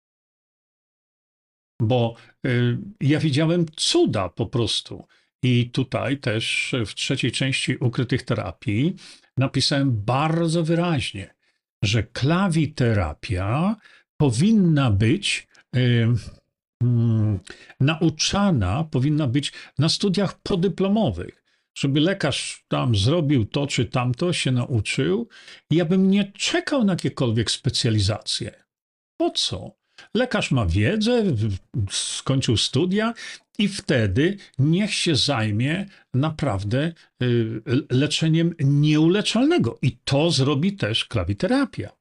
Bo y, ja widziałem cuda po prostu. I tutaj też w trzeciej części Ukrytych Terapii napisałem bardzo wyraźnie, że klawiterapia powinna być y, mm, nauczana, powinna być na studiach podyplomowych, żeby lekarz tam zrobił to czy tamto, się nauczył. Ja bym nie czekał na jakiekolwiek specjalizacje. Po co? Lekarz ma wiedzę, skończył studia i wtedy niech się zajmie naprawdę y, leczeniem nieuleczalnego. I to zrobi też klawiterapia.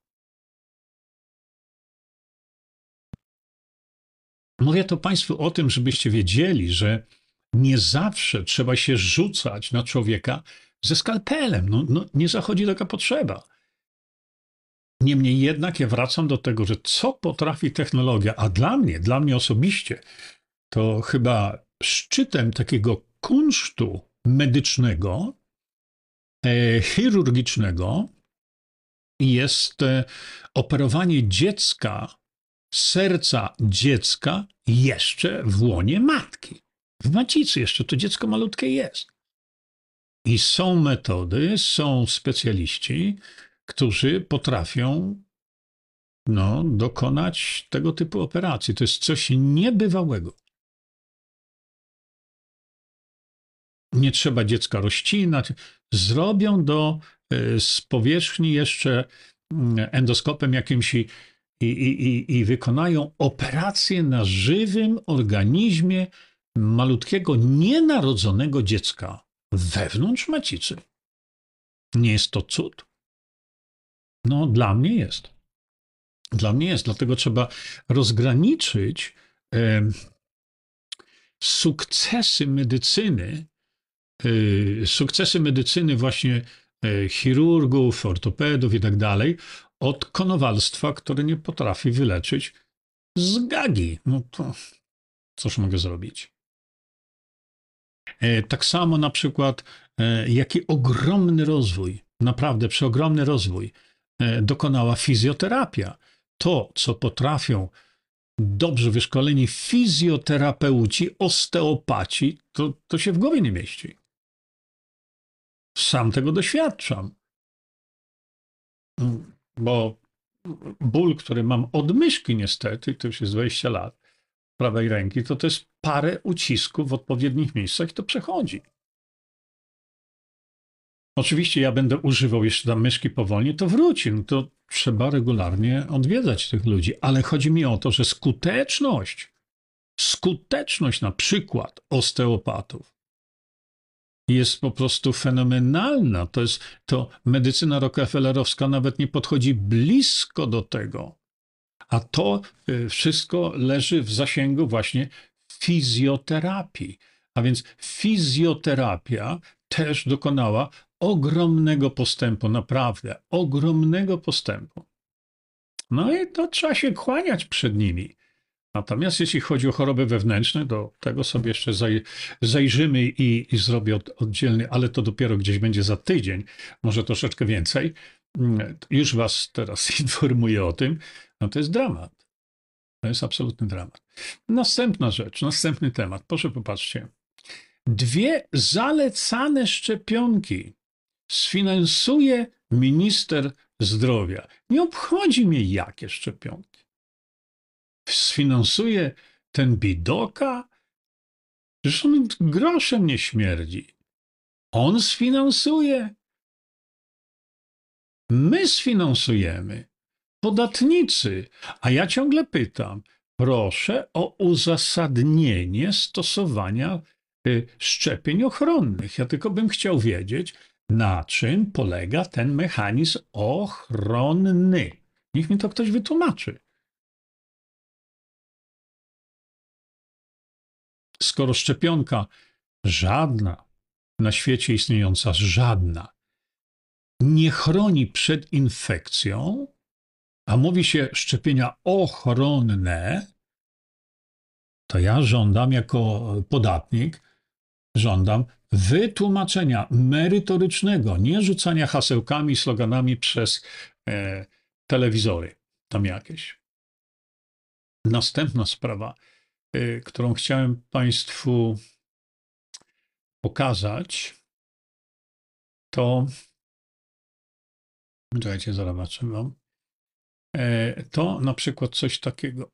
Mówię to Państwu o tym, żebyście wiedzieli, że nie zawsze trzeba się rzucać na człowieka ze skalpelem. No, no, nie zachodzi taka potrzeba. Niemniej jednak ja wracam do tego, że co potrafi technologia, a dla mnie, dla mnie osobiście, to chyba szczytem takiego kunsztu medycznego, e, chirurgicznego jest e, operowanie dziecka, serca dziecka jeszcze w łonie matki. W macicy jeszcze to dziecko malutkie jest. I są metody, są specjaliści, którzy potrafią no, dokonać tego typu operacji. To jest coś niebywałego. Nie trzeba dziecka rozcinać. Zrobią do, z powierzchni jeszcze endoskopem jakimś i, i, i, i wykonają operację na żywym organizmie malutkiego, nienarodzonego dziecka wewnątrz macicy. Nie jest to cud? No, dla mnie jest. Dla mnie jest. Dlatego trzeba rozgraniczyć e, sukcesy medycyny, e, sukcesy medycyny właśnie e, chirurgów, ortopedów i tak dalej, od konowalstwa, które nie potrafi wyleczyć zgagi. No to cóż mogę zrobić? E, tak samo na przykład, e, jaki ogromny rozwój, naprawdę przeogromny rozwój dokonała fizjoterapia. To, co potrafią dobrze wyszkoleni fizjoterapeuci, osteopaci, to, to się w głowie nie mieści. Sam tego doświadczam. Bo ból, który mam od myszki niestety, to już jest dwadzieścia lat, prawej ręki, to to jest parę ucisków w odpowiednich miejscach i to przechodzi. Oczywiście ja będę używał jeszcze tam myszki powolnie, to wróci. No to trzeba regularnie odwiedzać tych ludzi. Ale chodzi mi o to, że skuteczność, skuteczność na przykład osteopatów jest po prostu fenomenalna. To jest, to medycyna rockefellerowska nawet nie podchodzi blisko do tego. A to wszystko leży w zasięgu właśnie fizjoterapii. A więc fizjoterapia też dokonała ogromnego postępu, naprawdę ogromnego postępu. No i to trzeba się kłaniać przed nimi. Natomiast jeśli chodzi o choroby wewnętrzne, do tego sobie jeszcze zaj, zajrzymy i, i zrobię od, oddzielny, ale to dopiero gdzieś będzie za tydzień, może troszeczkę więcej. Już was teraz informuję o tym. No to jest dramat. To jest absolutny dramat. Następna rzecz, następny temat. Proszę popatrzcie. Dwie zalecane szczepionki sfinansuje minister zdrowia. Nie obchodzi mnie, jakie szczepionki. Sfinansuje ten bidoka? Przecież on groszem nie śmierdzi. On sfinansuje. My sfinansujemy. Podatnicy. A ja ciągle pytam, proszę o uzasadnienie stosowania y, szczepień ochronnych. Ja tylko bym chciał wiedzieć, na czym polega ten mechanizm ochronny. Niech mi to ktoś wytłumaczy. Skoro szczepionka żadna na świecie istniejąca, żadna, nie chroni przed infekcją, a mówi się szczepienia ochronne, to ja żądam jako podatnik, żądam wytłumaczenia merytorycznego, nie rzucania hasełkami, sloganami przez e, telewizory tam jakieś. Następna sprawa, e, którą chciałem Państwu pokazać, to czekajcie, zobaczę wam. E, to na przykład coś takiego.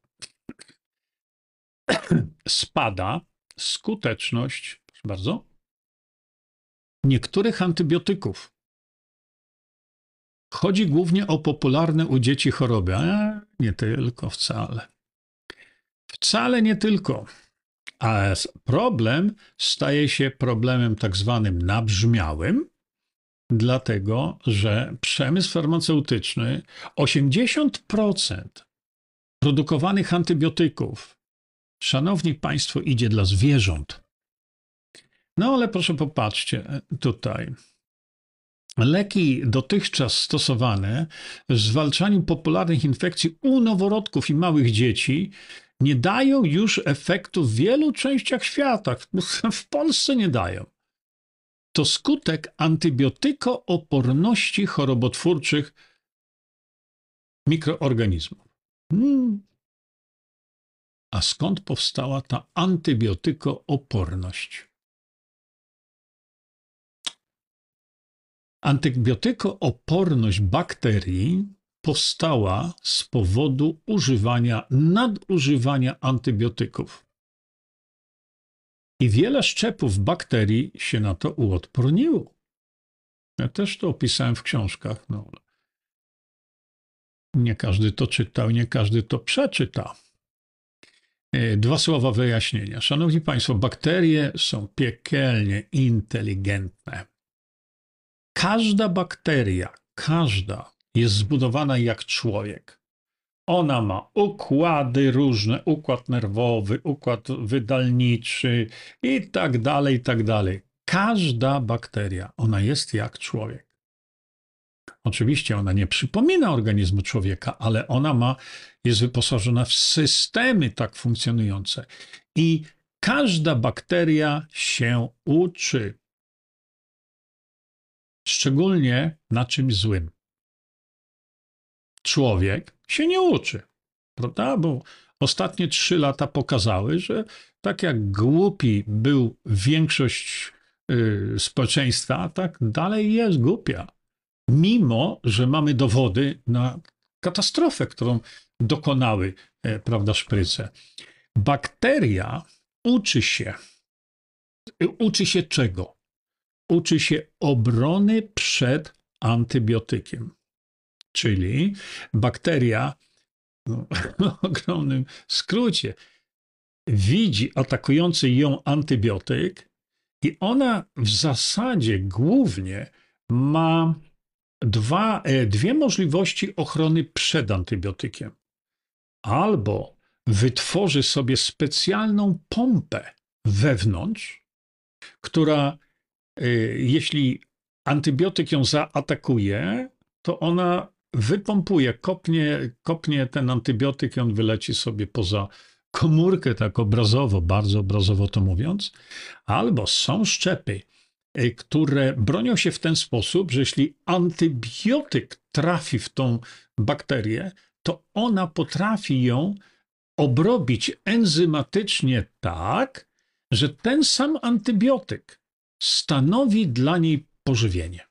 Spada skuteczność, proszę bardzo, niektórych antybiotyków. Chodzi głównie o popularne u dzieci choroby. A nie tylko wcale. Wcale nie tylko. A problem staje się problemem tak zwanym nabrzmiałym, dlatego że przemysł farmaceutyczny, osiemdziesiąt procent produkowanych antybiotyków, szanowni państwo, idzie dla zwierząt. No ale proszę popatrzcie tutaj. Leki dotychczas stosowane w zwalczaniu popularnych infekcji u noworodków i małych dzieci nie dają już efektu w wielu częściach świata. W Polsce nie dają. To skutek antybiotykooporności chorobotwórczych mikroorganizmów. Hmm. A skąd powstała ta antybiotykooporność? Antybiotykooporność bakterii powstała z powodu używania, nadużywania antybiotyków. I wiele szczepów bakterii się na to uodporniło. Ja też to opisałem w książkach. No. Nie każdy to czytał, nie każdy to przeczyta. Dwa słowa wyjaśnienia. Szanowni Państwo, bakterie są piekielnie inteligentne. Każda bakteria, każda jest zbudowana jak człowiek. Ona ma układy różne, układ nerwowy, układ wydalniczy i tak dalej, i tak dalej. Każda bakteria, ona jest jak człowiek. Oczywiście ona nie przypomina organizmu człowieka, ale ona ma, jest wyposażona w systemy tak funkcjonujące. I każda bakteria się uczy. Szczególnie na czymś złym. Człowiek się nie uczy, prawda? Bo ostatnie trzy lata pokazały, że tak jak głupi był większość y, społeczeństwa, tak dalej jest głupia. Mimo że mamy dowody na katastrofę, którą dokonały, e, prawda, szpryce. Bakteria uczy się. Uczy się czego? Uczy się obrony przed antybiotykiem. Czyli bakteria, no, w ogromnym skrócie, widzi atakujący ją antybiotyk i ona w zasadzie głównie ma dwa, dwie możliwości ochrony przed antybiotykiem. Albo wytworzy sobie specjalną pompę wewnątrz, która jeśli antybiotyk ją zaatakuje, to ona wypompuje, kopnie, kopnie ten antybiotyk i on wyleci sobie poza komórkę, tak obrazowo, bardzo obrazowo to mówiąc. Albo są szczepy, które bronią się w ten sposób, że jeśli antybiotyk trafi w tą bakterię, to ona potrafi ją obrobić enzymatycznie tak, że ten sam antybiotyk stanowi dla niej pożywienie.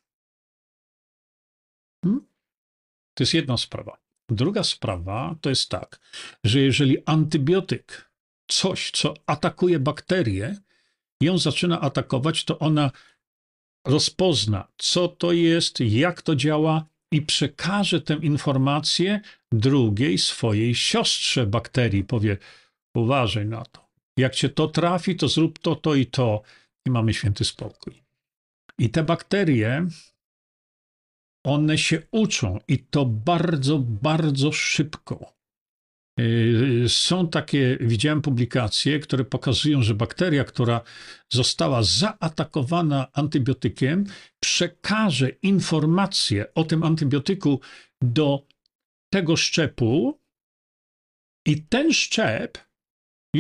Hmm? To jest jedna sprawa. Druga sprawa to jest tak, że jeżeli antybiotyk, coś, co atakuje bakterię, ją zaczyna atakować, to ona rozpozna, co to jest, jak to działa i przekaże tę informację drugiej swojej siostrze bakterii. Powie, uważaj na to. Jak cię to trafi, to zrób to, to i to. I mamy święty spokój. I te bakterie, one się uczą i to bardzo, bardzo szybko. Są takie, widziałem publikacje, które pokazują, że bakteria, która została zaatakowana antybiotykiem, przekaże informację o tym antybiotyku do tego szczepu i ten szczep już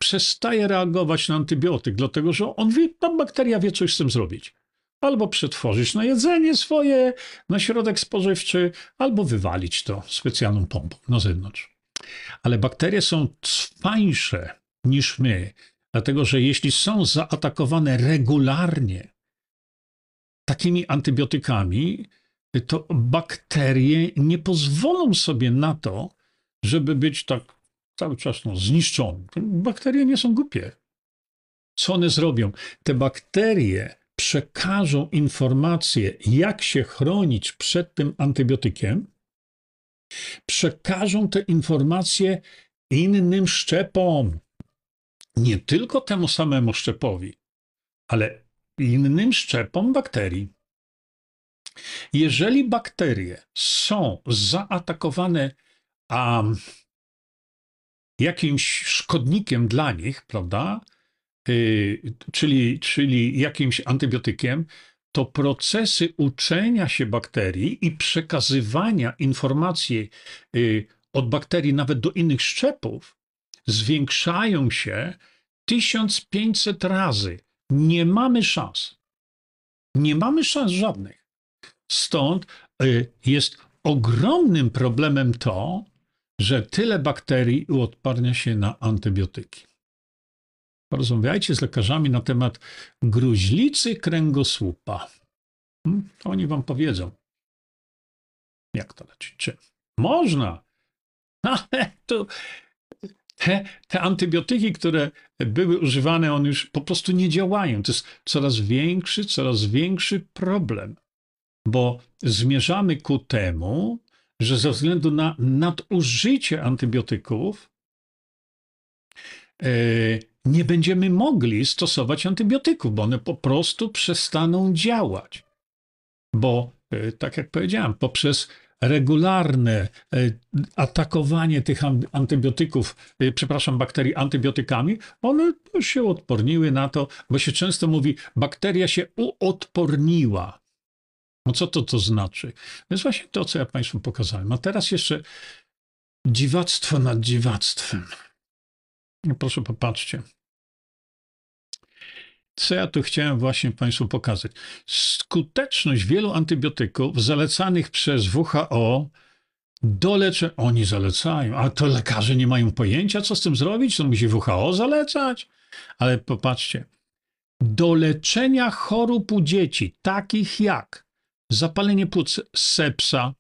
przestaje reagować na antybiotyk, dlatego że on wie, ta bakteria wie, coś z tym zrobić. Albo przetworzyć na jedzenie swoje, na środek spożywczy, albo wywalić to specjalną pompą na zewnątrz. Ale bakterie są cwańsze niż my, dlatego że jeśli są zaatakowane regularnie takimi antybiotykami, to bakterie nie pozwolą sobie na to, żeby być tak cały czas no, zniszczone. Bakterie nie są głupie. Co one zrobią? Te bakterie przekażą informację, jak się chronić przed tym antybiotykiem, przekażą te informacje innym szczepom. Nie tylko temu samemu szczepowi, ale innym szczepom bakterii. Jeżeli bakterie są zaatakowane a, jakimś szkodnikiem dla nich, prawda, yy, czyli, czyli jakimś antybiotykiem, to procesy uczenia się bakterii i przekazywania informacji yy, od bakterii nawet do innych szczepów zwiększają się tysiąc pięćset razy. Nie mamy szans. Nie mamy szans żadnych. Stąd y, jest ogromnym problemem to, że tyle bakterii uodparnia się na antybiotyki. Porozmawiajcie z lekarzami na temat gruźlicy kręgosłupa. Hmm? To oni wam powiedzą, jak to leczyć. Czy można? Ale to te, te antybiotyki, które były używane, one już po prostu nie działają. To jest coraz większy, coraz większy problem. Bo zmierzamy ku temu, że ze względu na nadużycie antybiotyków yy, nie będziemy mogli stosować antybiotyków, bo one po prostu przestaną działać. Bo, yy, tak jak powiedziałem, poprzez regularne yy, atakowanie tych antybiotyków, yy, przepraszam, bakterii antybiotykami, one już się odporniły na to, bo się często mówi, bakteria się uodporniła. No co to to znaczy? To jest właśnie to, co ja Państwu pokazałem. A teraz jeszcze dziwactwo nad dziwactwem. No proszę popatrzcie. Co ja tu chciałem właśnie Państwu pokazać? Skuteczność wielu antybiotyków zalecanych przez W H O do leczenia... Oni zalecają, a to lekarze nie mają pojęcia, co z tym zrobić? To musi W H O zalecać? Ale popatrzcie. Do leczenia chorób u dzieci, takich jak zapalenie płuc, sepsa,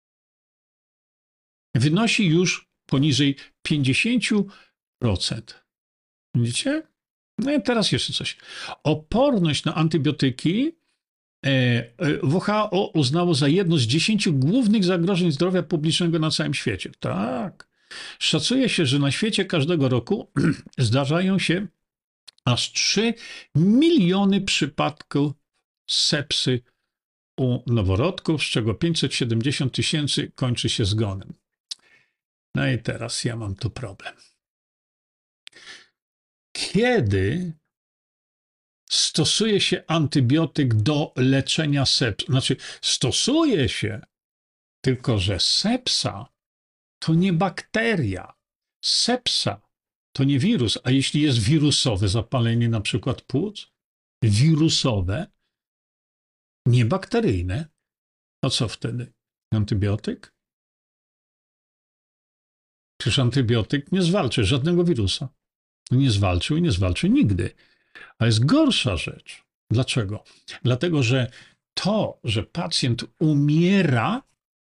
wynosi już poniżej pięćdziesiąt procent. Widzicie? No i teraz jeszcze coś. Oporność na antybiotyki W H O uznało za jedno z dziesięciu głównych zagrożeń zdrowia publicznego na całym świecie. Tak. Szacuje się, że na świecie każdego roku zdarzają się aż trzy miliony przypadków sepsy u noworodków, z czego pięćset siedemdziesiąt tysięcy kończy się zgonem. No i teraz ja mam tu problem. Kiedy stosuje się antybiotyk do leczenia sepsy? Znaczy, stosuje się, tylko że sepsa to nie bakteria. Sepsa to nie wirus. A jeśli jest wirusowe zapalenie, na przykład płuc, wirusowe, niebakteryjne, to co wtedy? Antybiotyk? Przecież antybiotyk nie zwalczy żadnego wirusa. Nie zwalczył i nie zwalczy nigdy. A jest gorsza rzecz. Dlaczego? Dlatego, że to, że pacjent umiera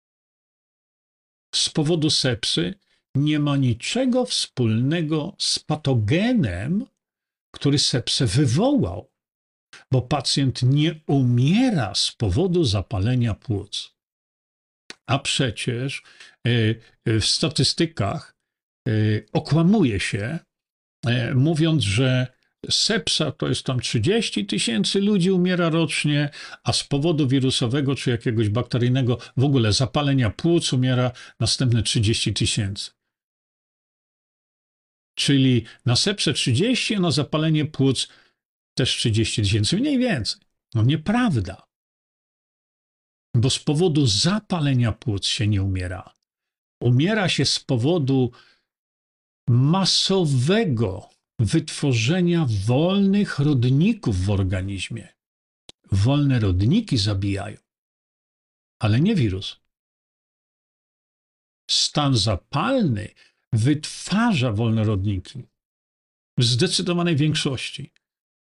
z powodu sepsy, nie ma niczego wspólnego z patogenem, który sepsę wywołał. Bo pacjent nie umiera z powodu zapalenia płuc. A przecież w statystykach okłamuje się, mówiąc, że sepsa to jest tam trzydzieści tysięcy ludzi umiera rocznie, a z powodu wirusowego czy jakiegoś bakteryjnego w ogóle zapalenia płuc umiera następne trzydzieści tysięcy. Czyli na sepsę trzydzieści, a na zapalenie płuc też trzydzieści tysięcy, mniej więcej. No nieprawda. Bo z powodu zapalenia płuc się nie umiera. Umiera się z powodu masowego wytworzenia wolnych rodników w organizmie. Wolne rodniki zabijają, ale nie wirus. Stan zapalny wytwarza wolne rodniki w zdecydowanej większości.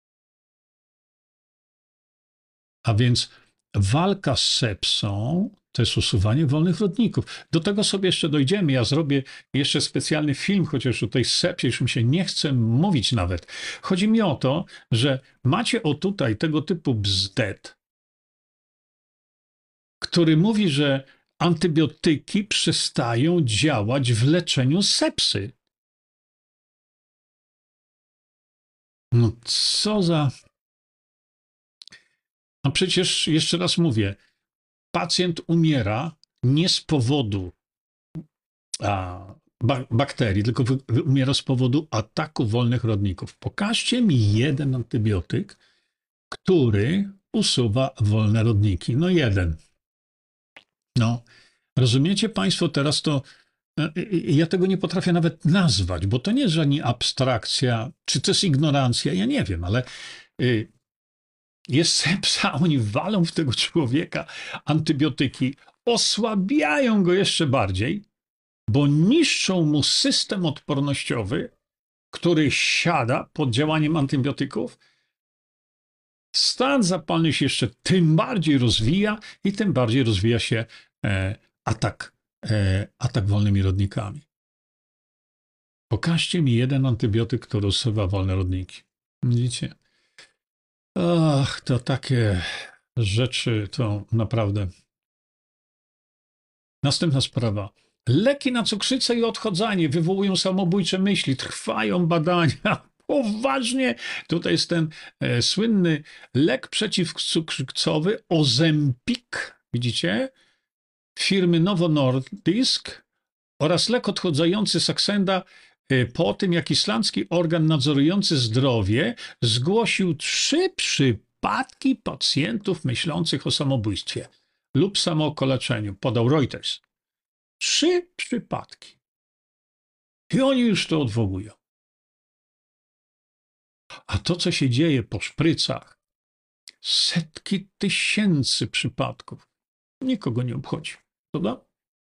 A więc walka z sepsą to jest usuwanie wolnych rodników. Do tego sobie jeszcze dojdziemy. Ja zrobię jeszcze specjalny film, chociaż o tej sepsie już mi się nie chce mówić nawet. Chodzi mi o to, że macie o tutaj tego typu bzdet, który mówi, że antybiotyki przestają działać w leczeniu sepsy. No co za... A przecież, jeszcze raz mówię, pacjent umiera nie z powodu a, ba bakterii, tylko wy, wy umiera z powodu ataku wolnych rodników. Pokażcie mi jeden antybiotyk, który usuwa wolne rodniki. No jeden. No, rozumiecie Państwo teraz to, ja tego nie potrafię nawet nazwać, bo to nie jest żadna abstrakcja, czy to jest ignorancja, ja nie wiem, ale y, jest sepsa, oni walą w tego człowieka antybiotyki, osłabiają go jeszcze bardziej, bo niszczą mu system odpornościowy, który siada pod działaniem antybiotyków. Stan zapalny się jeszcze tym bardziej rozwija i tym bardziej rozwija się e, atak, e, atak wolnymi rodnikami. Pokażcie mi jeden antybiotyk, który usuwa wolne rodniki. Widzicie? Ach, to takie rzeczy, to naprawdę. Następna sprawa. Leki na cukrzycę i odchodzanie wywołują samobójcze myśli, trwają badania. Poważnie, tutaj jest ten e, słynny lek przeciwcukrzycowy Ozempic, widzicie, firmy Novo Nordisk oraz lek odchudzający Saxenda e, po tym, jak islandzki organ nadzorujący zdrowie zgłosił trzy przypadki pacjentów myślących o samobójstwie lub samookaleczeniu, podał Reuters. Trzy przypadki. I oni już to odwołują. A to, co się dzieje po szprycach, setki tysięcy przypadków, nikogo nie obchodzi, prawda?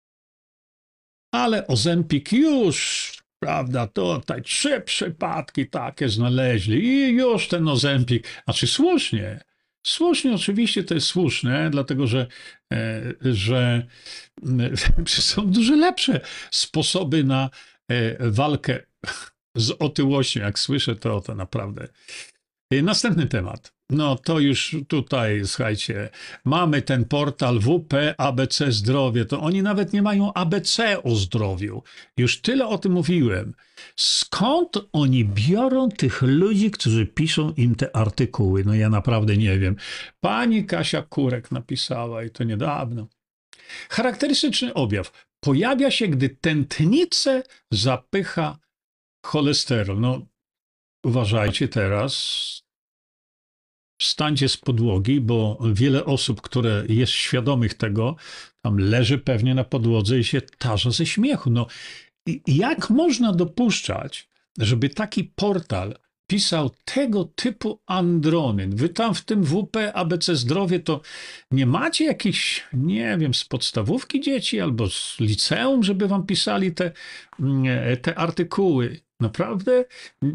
Ale Ozempic już, prawda, to tutaj trzy przypadki takie znaleźli i już ten Ozempic, znaczy słusznie, słusznie, oczywiście to jest słuszne, dlatego że, e, że e, są dużo lepsze sposoby na e, walkę z otyłością. Jak słyszę to, to naprawdę. Następny temat. No to już tutaj, słuchajcie, mamy ten portal W P A B C Zdrowie. To oni nawet nie mają A B C o zdrowiu. Już tyle o tym mówiłem. Skąd oni biorą tych ludzi, którzy piszą im te artykuły? No ja naprawdę nie wiem. Pani Kasia Kurek napisała i to niedawno. Charakterystyczny objaw pojawia się, gdy tętnicę zapycha cholesterol. No, uważajcie teraz, wstańcie z podłogi, bo wiele osób, które jest świadomych tego, tam leży pewnie na podłodze i się tarza ze śmiechu. No, jak można dopuszczać, żeby taki portal pisał tego typu androny? Wy tam w tym W P A B C Zdrowie to nie macie jakichś, nie wiem, z podstawówki dzieci albo z liceum, żeby wam pisali te, te artykuły? Naprawdę?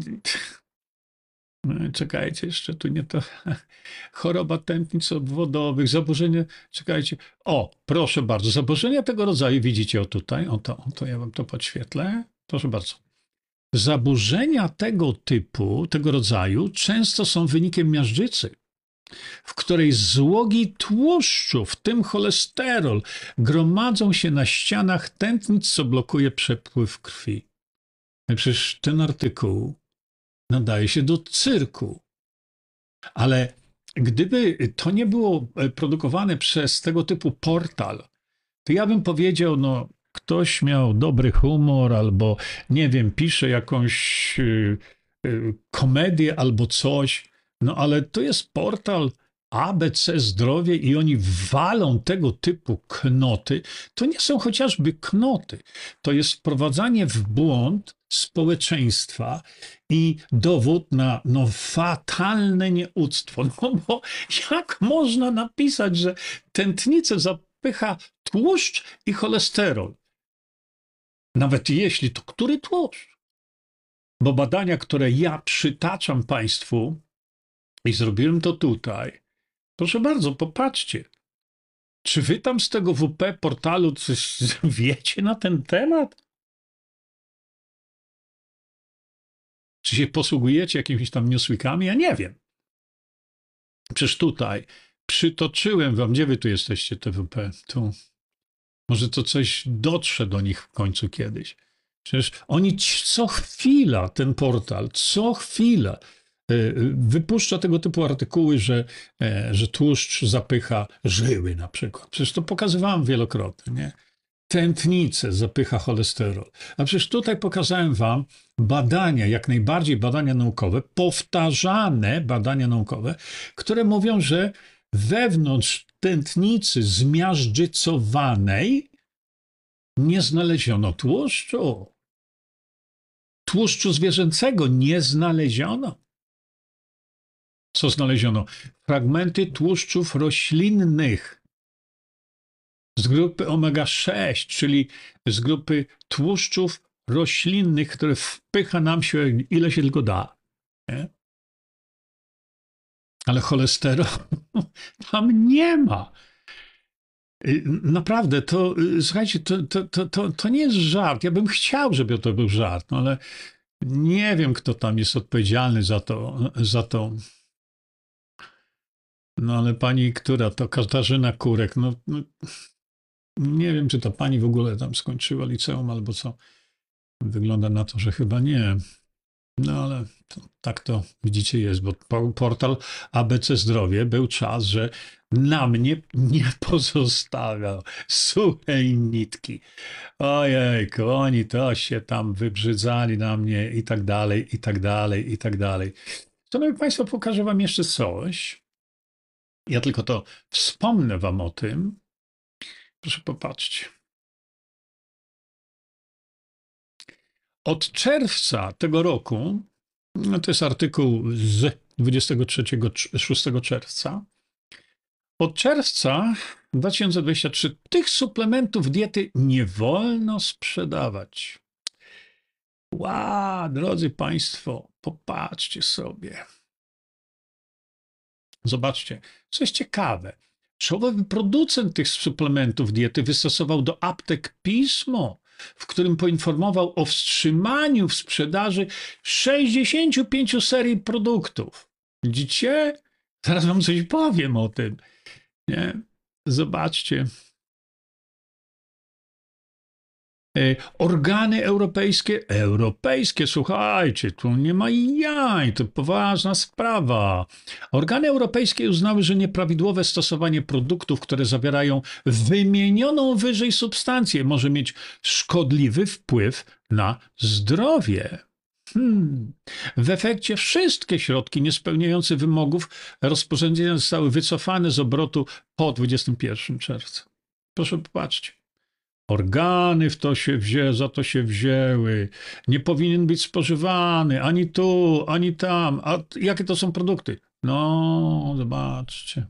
Czekajcie, jeszcze tu nie to. Choroba tętnic obwodowych, zaburzenia, czekajcie. O, proszę bardzo, zaburzenia tego rodzaju, widzicie o tutaj, o to, o to ja wam to podświetlę. Proszę bardzo. Zaburzenia tego typu, tego rodzaju często są wynikiem miażdżycy, w której złogi tłuszczu, w tym cholesterol, gromadzą się na ścianach tętnic, co blokuje przepływ krwi. Przecież ten artykuł nadaje się do cyrku. Ale gdyby to nie było produkowane przez tego typu portal, to ja bym powiedział, no ktoś miał dobry humor albo, nie wiem, pisze jakąś y, y, komedię albo coś, no ale to jest portal A B C Zdrowie i oni walą tego typu knoty, to nie są chociażby knoty. To jest wprowadzanie w błąd społeczeństwa i dowód na no, fatalne nieuctwo. No bo jak można napisać, że tętnicę zapycha tłuszcz i cholesterol? Nawet jeśli, to który tłuszcz? Bo badania, które ja przytaczam Państwu i zrobiłem to tutaj, proszę bardzo, popatrzcie. Czy wy tam z tego W P portalu coś wiecie na ten temat? Czy się posługujecie jakimiś tam newsweekami? Ja nie wiem. Przecież tutaj przytoczyłem wam, gdzie wy tu jesteście, T W P? Tu. Może to coś dotrze do nich w końcu kiedyś. Przecież oni co chwila, ten portal, co chwila wypuszcza tego typu artykuły, że, że tłuszcz zapycha żyły na przykład. Przecież to pokazywałem wielokrotnie, nie? Tętnicę zapycha cholesterol. A przecież tutaj pokazałem wam badania, jak najbardziej badania naukowe, powtarzane badania naukowe, które mówią, że wewnątrz tętnicy zmiażdżycowanej nie znaleziono tłuszczu. Tłuszczu zwierzęcego nie znaleziono. Co znaleziono? Fragmenty tłuszczów roślinnych z grupy omega sześć, czyli z grupy tłuszczów roślinnych, które wpycha nam się ile się tylko da. Nie? Ale cholesterol tam nie ma. Naprawdę, to słuchajcie, to, to, to, to, to nie jest żart. Ja bym chciał, żeby to był żart, no ale nie wiem, kto tam jest odpowiedzialny za to, za to. No ale pani, która to Katarzyna Kurek, no, no nie wiem, czy ta pani w ogóle tam skończyła liceum albo co. Wygląda na to, że chyba nie. No ale to, tak to widzicie jest, bo portal A B C Zdrowie był czas, że na mnie nie pozostawiał suchej nitki. Ojejku, oni to się tam wybrzydzali na mnie i tak dalej, i tak dalej, i tak dalej. Szanowni Państwo, pokażę wam jeszcze coś. Ja tylko to wspomnę wam o tym. Proszę popatrzcie. Od czerwca tego roku, no to jest artykuł z dwudziestego trzeciego, szóstego czerwca, od czerwca dwa tysiące dwudziestego trzeciego tych suplementów diety nie wolno sprzedawać. Ła, drodzy Państwo, popatrzcie sobie. Zobaczcie, co jest ciekawe. Czołowy producent tych suplementów diety wystosował do aptek pismo, w którym poinformował o wstrzymaniu w sprzedaży sześćdziesięciu pięciu serii produktów. Widzicie? Zaraz wam coś powiem o tym. Nie? Zobaczcie. Organy europejskie, europejskie, słuchajcie, tu nie ma jaj, to poważna sprawa. Organy europejskie uznały, że nieprawidłowe stosowanie produktów, które zawierają wymienioną wyżej substancję, może mieć szkodliwy wpływ na zdrowie. Hmm. W efekcie wszystkie środki niespełniające wymogów rozporządzenia zostały wycofane z obrotu po dwudziestego pierwszego czerwca. Proszę popatrzcie. Organy w to się wzię, za to się wzięły. Nie powinien być spożywany ani tu, ani tam. A jakie to są produkty? No, zobaczcie.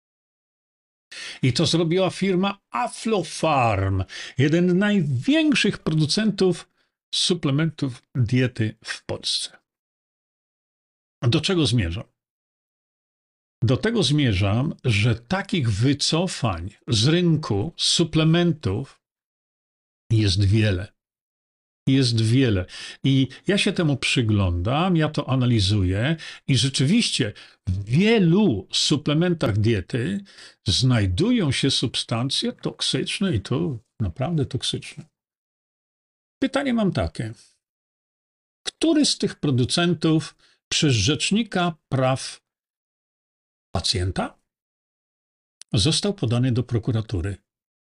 I to zrobiła firma Aflofarm, jeden z największych producentów suplementów diety w Polsce. Do czego zmierzam? Do tego zmierzam, że takich wycofań z rynku suplementów jest wiele. Jest wiele. I ja się temu przyglądam, ja to analizuję i rzeczywiście w wielu suplementach diety znajdują się substancje toksyczne i to naprawdę toksyczne. Pytanie mam takie. Który z tych producentów przez Rzecznika Praw Pacjenta został podany do prokuratury?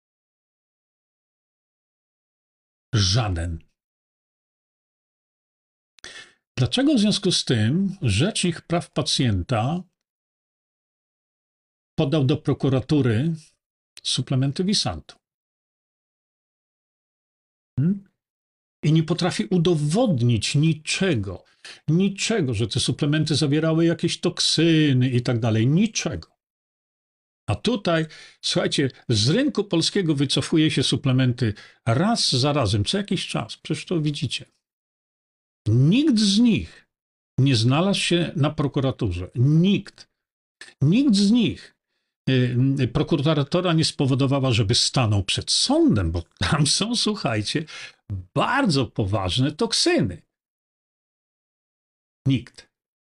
Żaden. Dlaczego w związku z tym Rzecznik Praw Pacjenta podał do prokuratury suplementy Visantu. Hmm? I nie potrafi udowodnić niczego, niczego, że te suplementy zawierały jakieś toksyny i tak dalej, niczego. A tutaj, słuchajcie, z rynku polskiego wycofuje się suplementy raz za razem, co jakiś czas, przecież to widzicie. Nikt z nich nie znalazł się na prokuraturze. Nikt. Nikt z nich. Prokuratora nie spowodowała, żeby stanął przed sądem, bo tam są, słuchajcie, bardzo poważne toksyny. Nikt.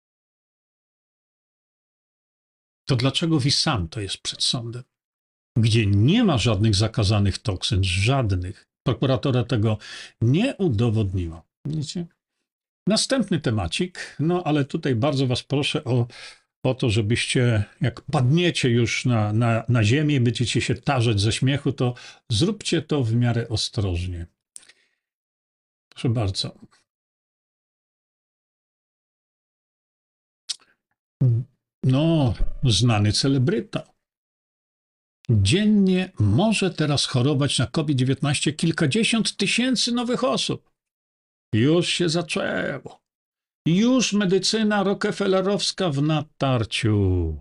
To dlaczego Visanto jest przed sądem? Gdzie nie ma żadnych zakazanych toksyn, żadnych. Prokuratora tego nie udowodniła. Widzicie? Następny temacik, no ale tutaj bardzo was proszę o, o to, żebyście, jak padniecie już na, na, na ziemię i będziecie się tarzać ze śmiechu, to zróbcie to w miarę ostrożnie. Proszę bardzo. No, znany celebryta. Dziennie może teraz chorować na COVID dziewiętnaście kilkadziesiąt tysięcy nowych osób. Już się zaczęło. Już medycyna rockefellerowska w natarciu.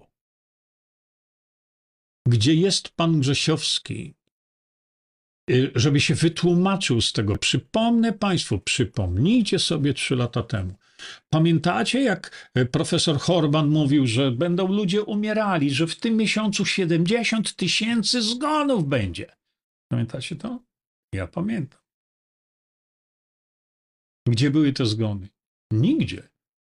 Gdzie jest pan Grzesiowski, żeby się wytłumaczył z tego? Przypomnę państwu, przypomnijcie sobie trzy lata temu. Pamiętacie, jak profesor Horban mówił, że będą ludzie umierali, że w tym miesiącu siedemdziesiąt tysięcy zgonów będzie? Pamiętacie to? Ja pamiętam. Gdzie były te zgony? Nigdzie.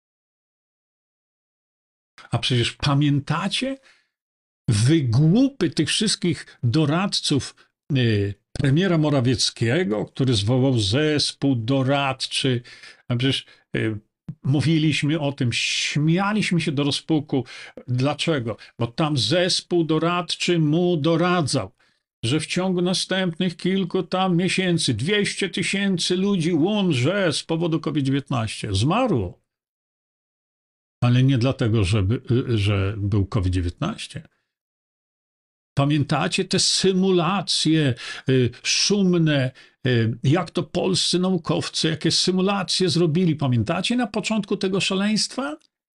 A przecież pamiętacie wygłupy tych wszystkich doradców y, premiera Morawieckiego, który zwołał zespół doradczy, a przecież y, mówiliśmy o tym, śmialiśmy się do rozpuku. Dlaczego? Bo tam zespół doradczy mu doradzał, że w ciągu następnych kilku tam miesięcy dwieście tysięcy ludzi umrze z powodu COVID dziewiętnaście. Zmarło. Ale nie dlatego, że, że był COVID dziewiętnaście. Pamiętacie te symulacje y, szumne, y, jak to polscy naukowcy, jakie symulacje zrobili? Pamiętacie na początku tego szaleństwa?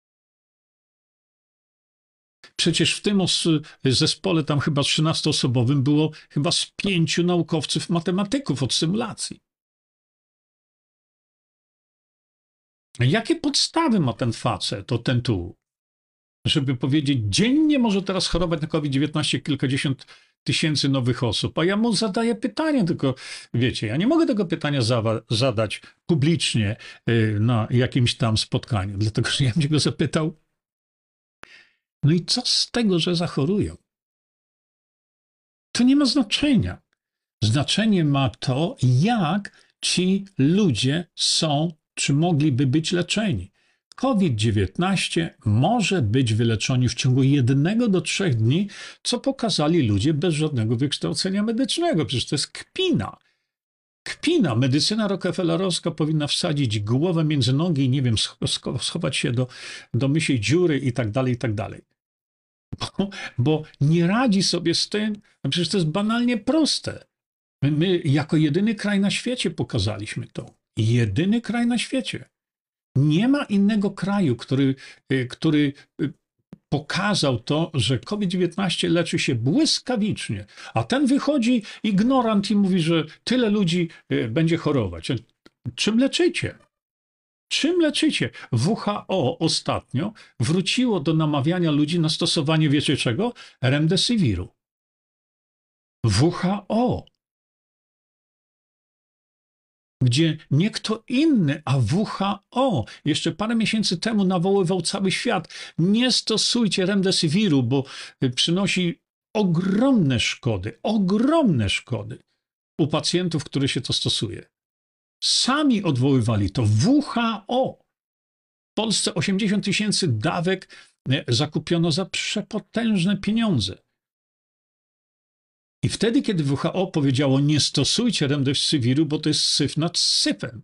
Przecież w tym zespole, tam chyba trzynastoosobowym, było chyba z pięciu naukowców, matematyków od symulacji. Jakie podstawy ma ten facet, to ten tu, żeby powiedzieć, dziennie może teraz chorować na COVID dziewiętnaście kilkadziesiąt tysięcy nowych osób, a ja mu zadaję pytanie, tylko wiecie, ja nie mogę tego pytania zadać publicznie y, na jakimś tam spotkaniu, dlatego że ja bym go zapytał, no i co z tego, że zachorują? To nie ma znaczenia. Znaczenie ma to, jak ci ludzie są, czy mogliby być leczeni. COVID dziewiętnaście może być wyleczony w ciągu jednego do trzech dni, co pokazali ludzie bez żadnego wykształcenia medycznego. Przecież to jest kpina. Kpina. Medycyna rockefellerowska powinna wsadzić głowę między nogi i, nie wiem, schować się do, do mysiej dziury i tak dalej, i tak dalej. Bo, bo nie radzi sobie z tym, no przecież to jest banalnie proste. My, my jako jedyny kraj na świecie pokazaliśmy to. Jedyny kraj na świecie. Nie ma innego kraju, który, który pokazał to, że COVID dziewiętnaście leczy się błyskawicznie, a ten wychodzi ignorant i mówi, że tyle ludzi będzie chorować. Czym leczycie? Czym leczycie? W H O ostatnio wróciło do namawiania ludzi na stosowanie, wiecie czego? Remdesiviru. W H O. Gdzie nie kto inny, a W H O jeszcze parę miesięcy temu nawoływał cały świat. Nie stosujcie remdesiviru, bo przynosi ogromne szkody, ogromne szkody u pacjentów, które się to stosuje. Sami odwoływali to. W H O. W Polsce osiemdziesiąt tysięcy dawek zakupiono za przepotężne pieniądze. I wtedy, kiedy W H O powiedziało, nie stosujcie remdesiviru, bo to jest syf nad syfem.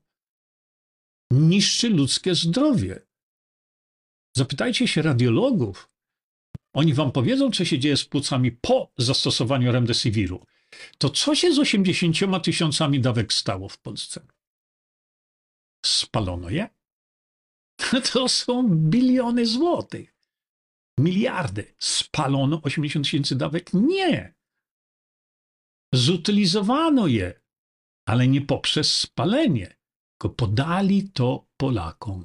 Niszczy ludzkie zdrowie. Zapytajcie się radiologów. Oni wam powiedzą, co się dzieje z płucami po zastosowaniu remdesiviru. To co się z osiemdziesięcioma tysiącami dawek stało w Polsce? Spalono je? To są biliony złotych. Miliardy. Spalono osiemdziesiąt tysięcy dawek? Nie. Zutylizowano je, ale nie poprzez spalenie, tylko podali to Polakom.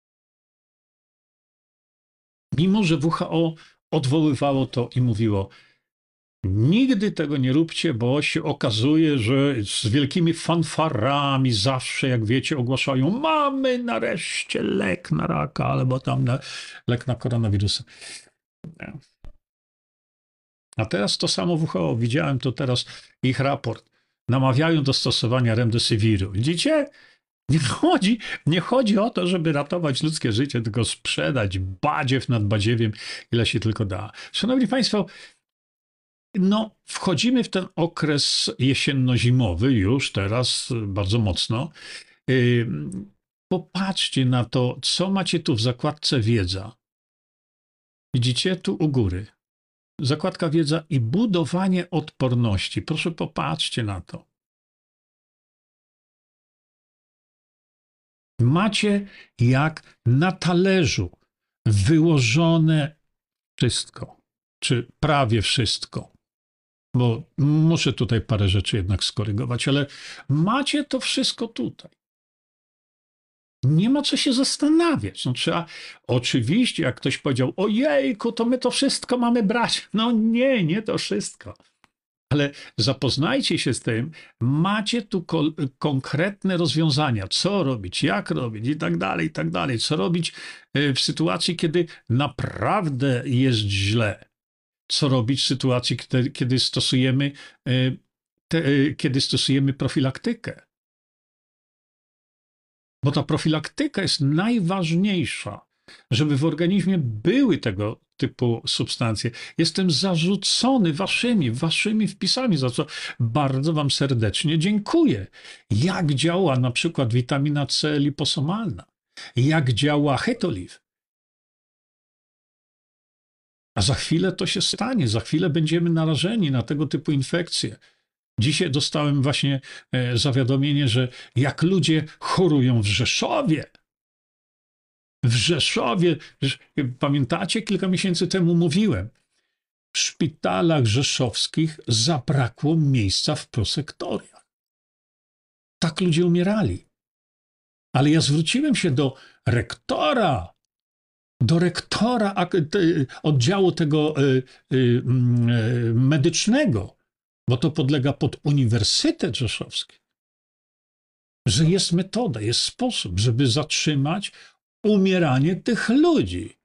Mimo że W H O odwoływało to i mówiło, nigdy tego nie róbcie, bo się okazuje, że z wielkimi fanfarami zawsze, jak wiecie, ogłaszają, mamy nareszcie lek na raka, albo tam na, lek na koronawirusa. A teraz to samo W H O, widziałem to teraz, ich raport, namawiają do stosowania remdesiviru. Widzicie? Nie chodzi, nie chodzi o to, żeby ratować ludzkie życie, tylko sprzedać badziew nad badziewiem, ile się tylko da. Szanowni Państwo, no wchodzimy w ten okres jesienno-zimowy już teraz bardzo mocno. Yy, popatrzcie na to, co macie tu w zakładce wiedza. Widzicie? Tu u góry. Zakładka wiedza i budowanie odporności. Proszę popatrzcie na to. Macie jak na talerzu wyłożone wszystko, czy prawie wszystko, bo muszę tutaj parę rzeczy jednak skorygować, ale macie to wszystko tutaj. Nie ma co się zastanawiać. No trzeba, oczywiście, jak ktoś powiedział, ojejku, to my to wszystko mamy brać. No nie, nie to wszystko. Ale zapoznajcie się z tym, macie tu ko- konkretne rozwiązania, co robić, jak robić i tak dalej, i tak dalej. Co robić w sytuacji, kiedy naprawdę jest źle. Co robić w sytuacji, kiedy, kiedy stosujemy, te, kiedy stosujemy profilaktykę. Bo ta profilaktyka jest najważniejsza, żeby w organizmie były tego typu substancje. Jestem zarzucony waszymi, waszymi wpisami, za co bardzo wam serdecznie dziękuję. Jak działa na przykład witamina C liposomalna? Jak działa Hetoliv? A za chwilę to się stanie, za chwilę będziemy narażeni na tego typu infekcje. Dzisiaj dostałem właśnie e, zawiadomienie, że jak ludzie chorują w Rzeszowie, w Rzeszowie, pamiętacie, kilka miesięcy temu mówiłem, w szpitalach rzeszowskich zabrakło miejsca w prosektoriach. Tak ludzie umierali. Ale ja zwróciłem się do rektora, do rektora oddziału tego medycznego, bo to podlega pod Uniwersytet Rzeszowski, że jest metoda, jest sposób, żeby zatrzymać umieranie tych ludzi.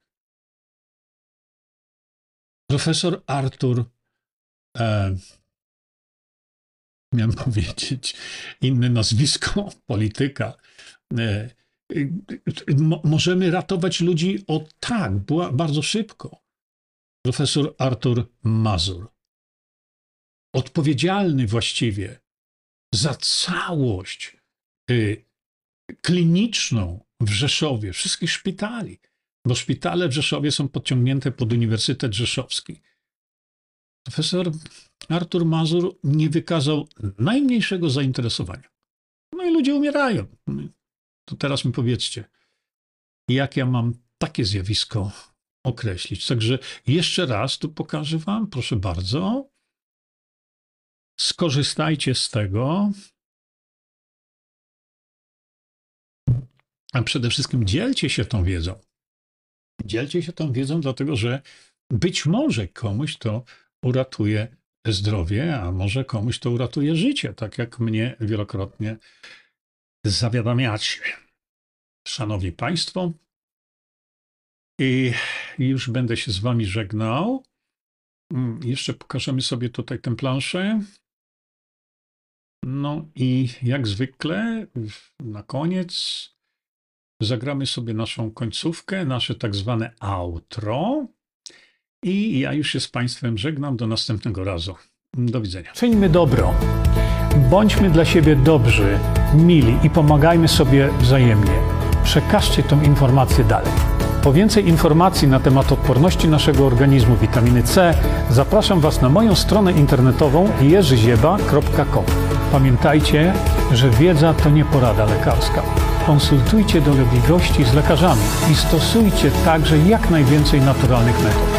Profesor Artur, e, miałem powiedzieć inne nazwisko, polityka. E, mo, możemy ratować ludzi o tak, była bardzo szybko. Profesor Artur Mazur, odpowiedzialny właściwie za całość y, kliniczną w Rzeszowie, wszystkich szpitali, bo szpitale w Rzeszowie są podciągnięte pod Uniwersytet Rzeszowski. Profesor Artur Mazur nie wykazał najmniejszego zainteresowania. No i ludzie umierają. To teraz mi powiedzcie, jak ja mam takie zjawisko określić. Także jeszcze raz tu pokażę wam, proszę bardzo. Skorzystajcie z tego. A przede wszystkim dzielcie się tą wiedzą. Dzielcie się tą wiedzą, dlatego że być może komuś to uratuje zdrowie, a może komuś to uratuje życie, tak jak mnie wielokrotnie zawiadamiacie. Szanowni Państwo, i już będę się z wami żegnał. Jeszcze pokażemy sobie tutaj tę planszę. No i jak zwykle na koniec zagramy sobie naszą końcówkę, nasze tak zwane outro i ja już się z Państwem żegnam do następnego razu. Do widzenia. Czyńmy dobro. Bądźmy dla siebie dobrzy, mili i pomagajmy sobie wzajemnie. Przekażcie tę informację dalej. Po więcej informacji na temat odporności naszego organizmu witaminy C zapraszam Was na moją stronę internetową jerzyzieba kropka com. Pamiętajcie, że wiedza to nie porada lekarska. Konsultujcie dolegliwości z lekarzami i stosujcie także jak najwięcej naturalnych metod.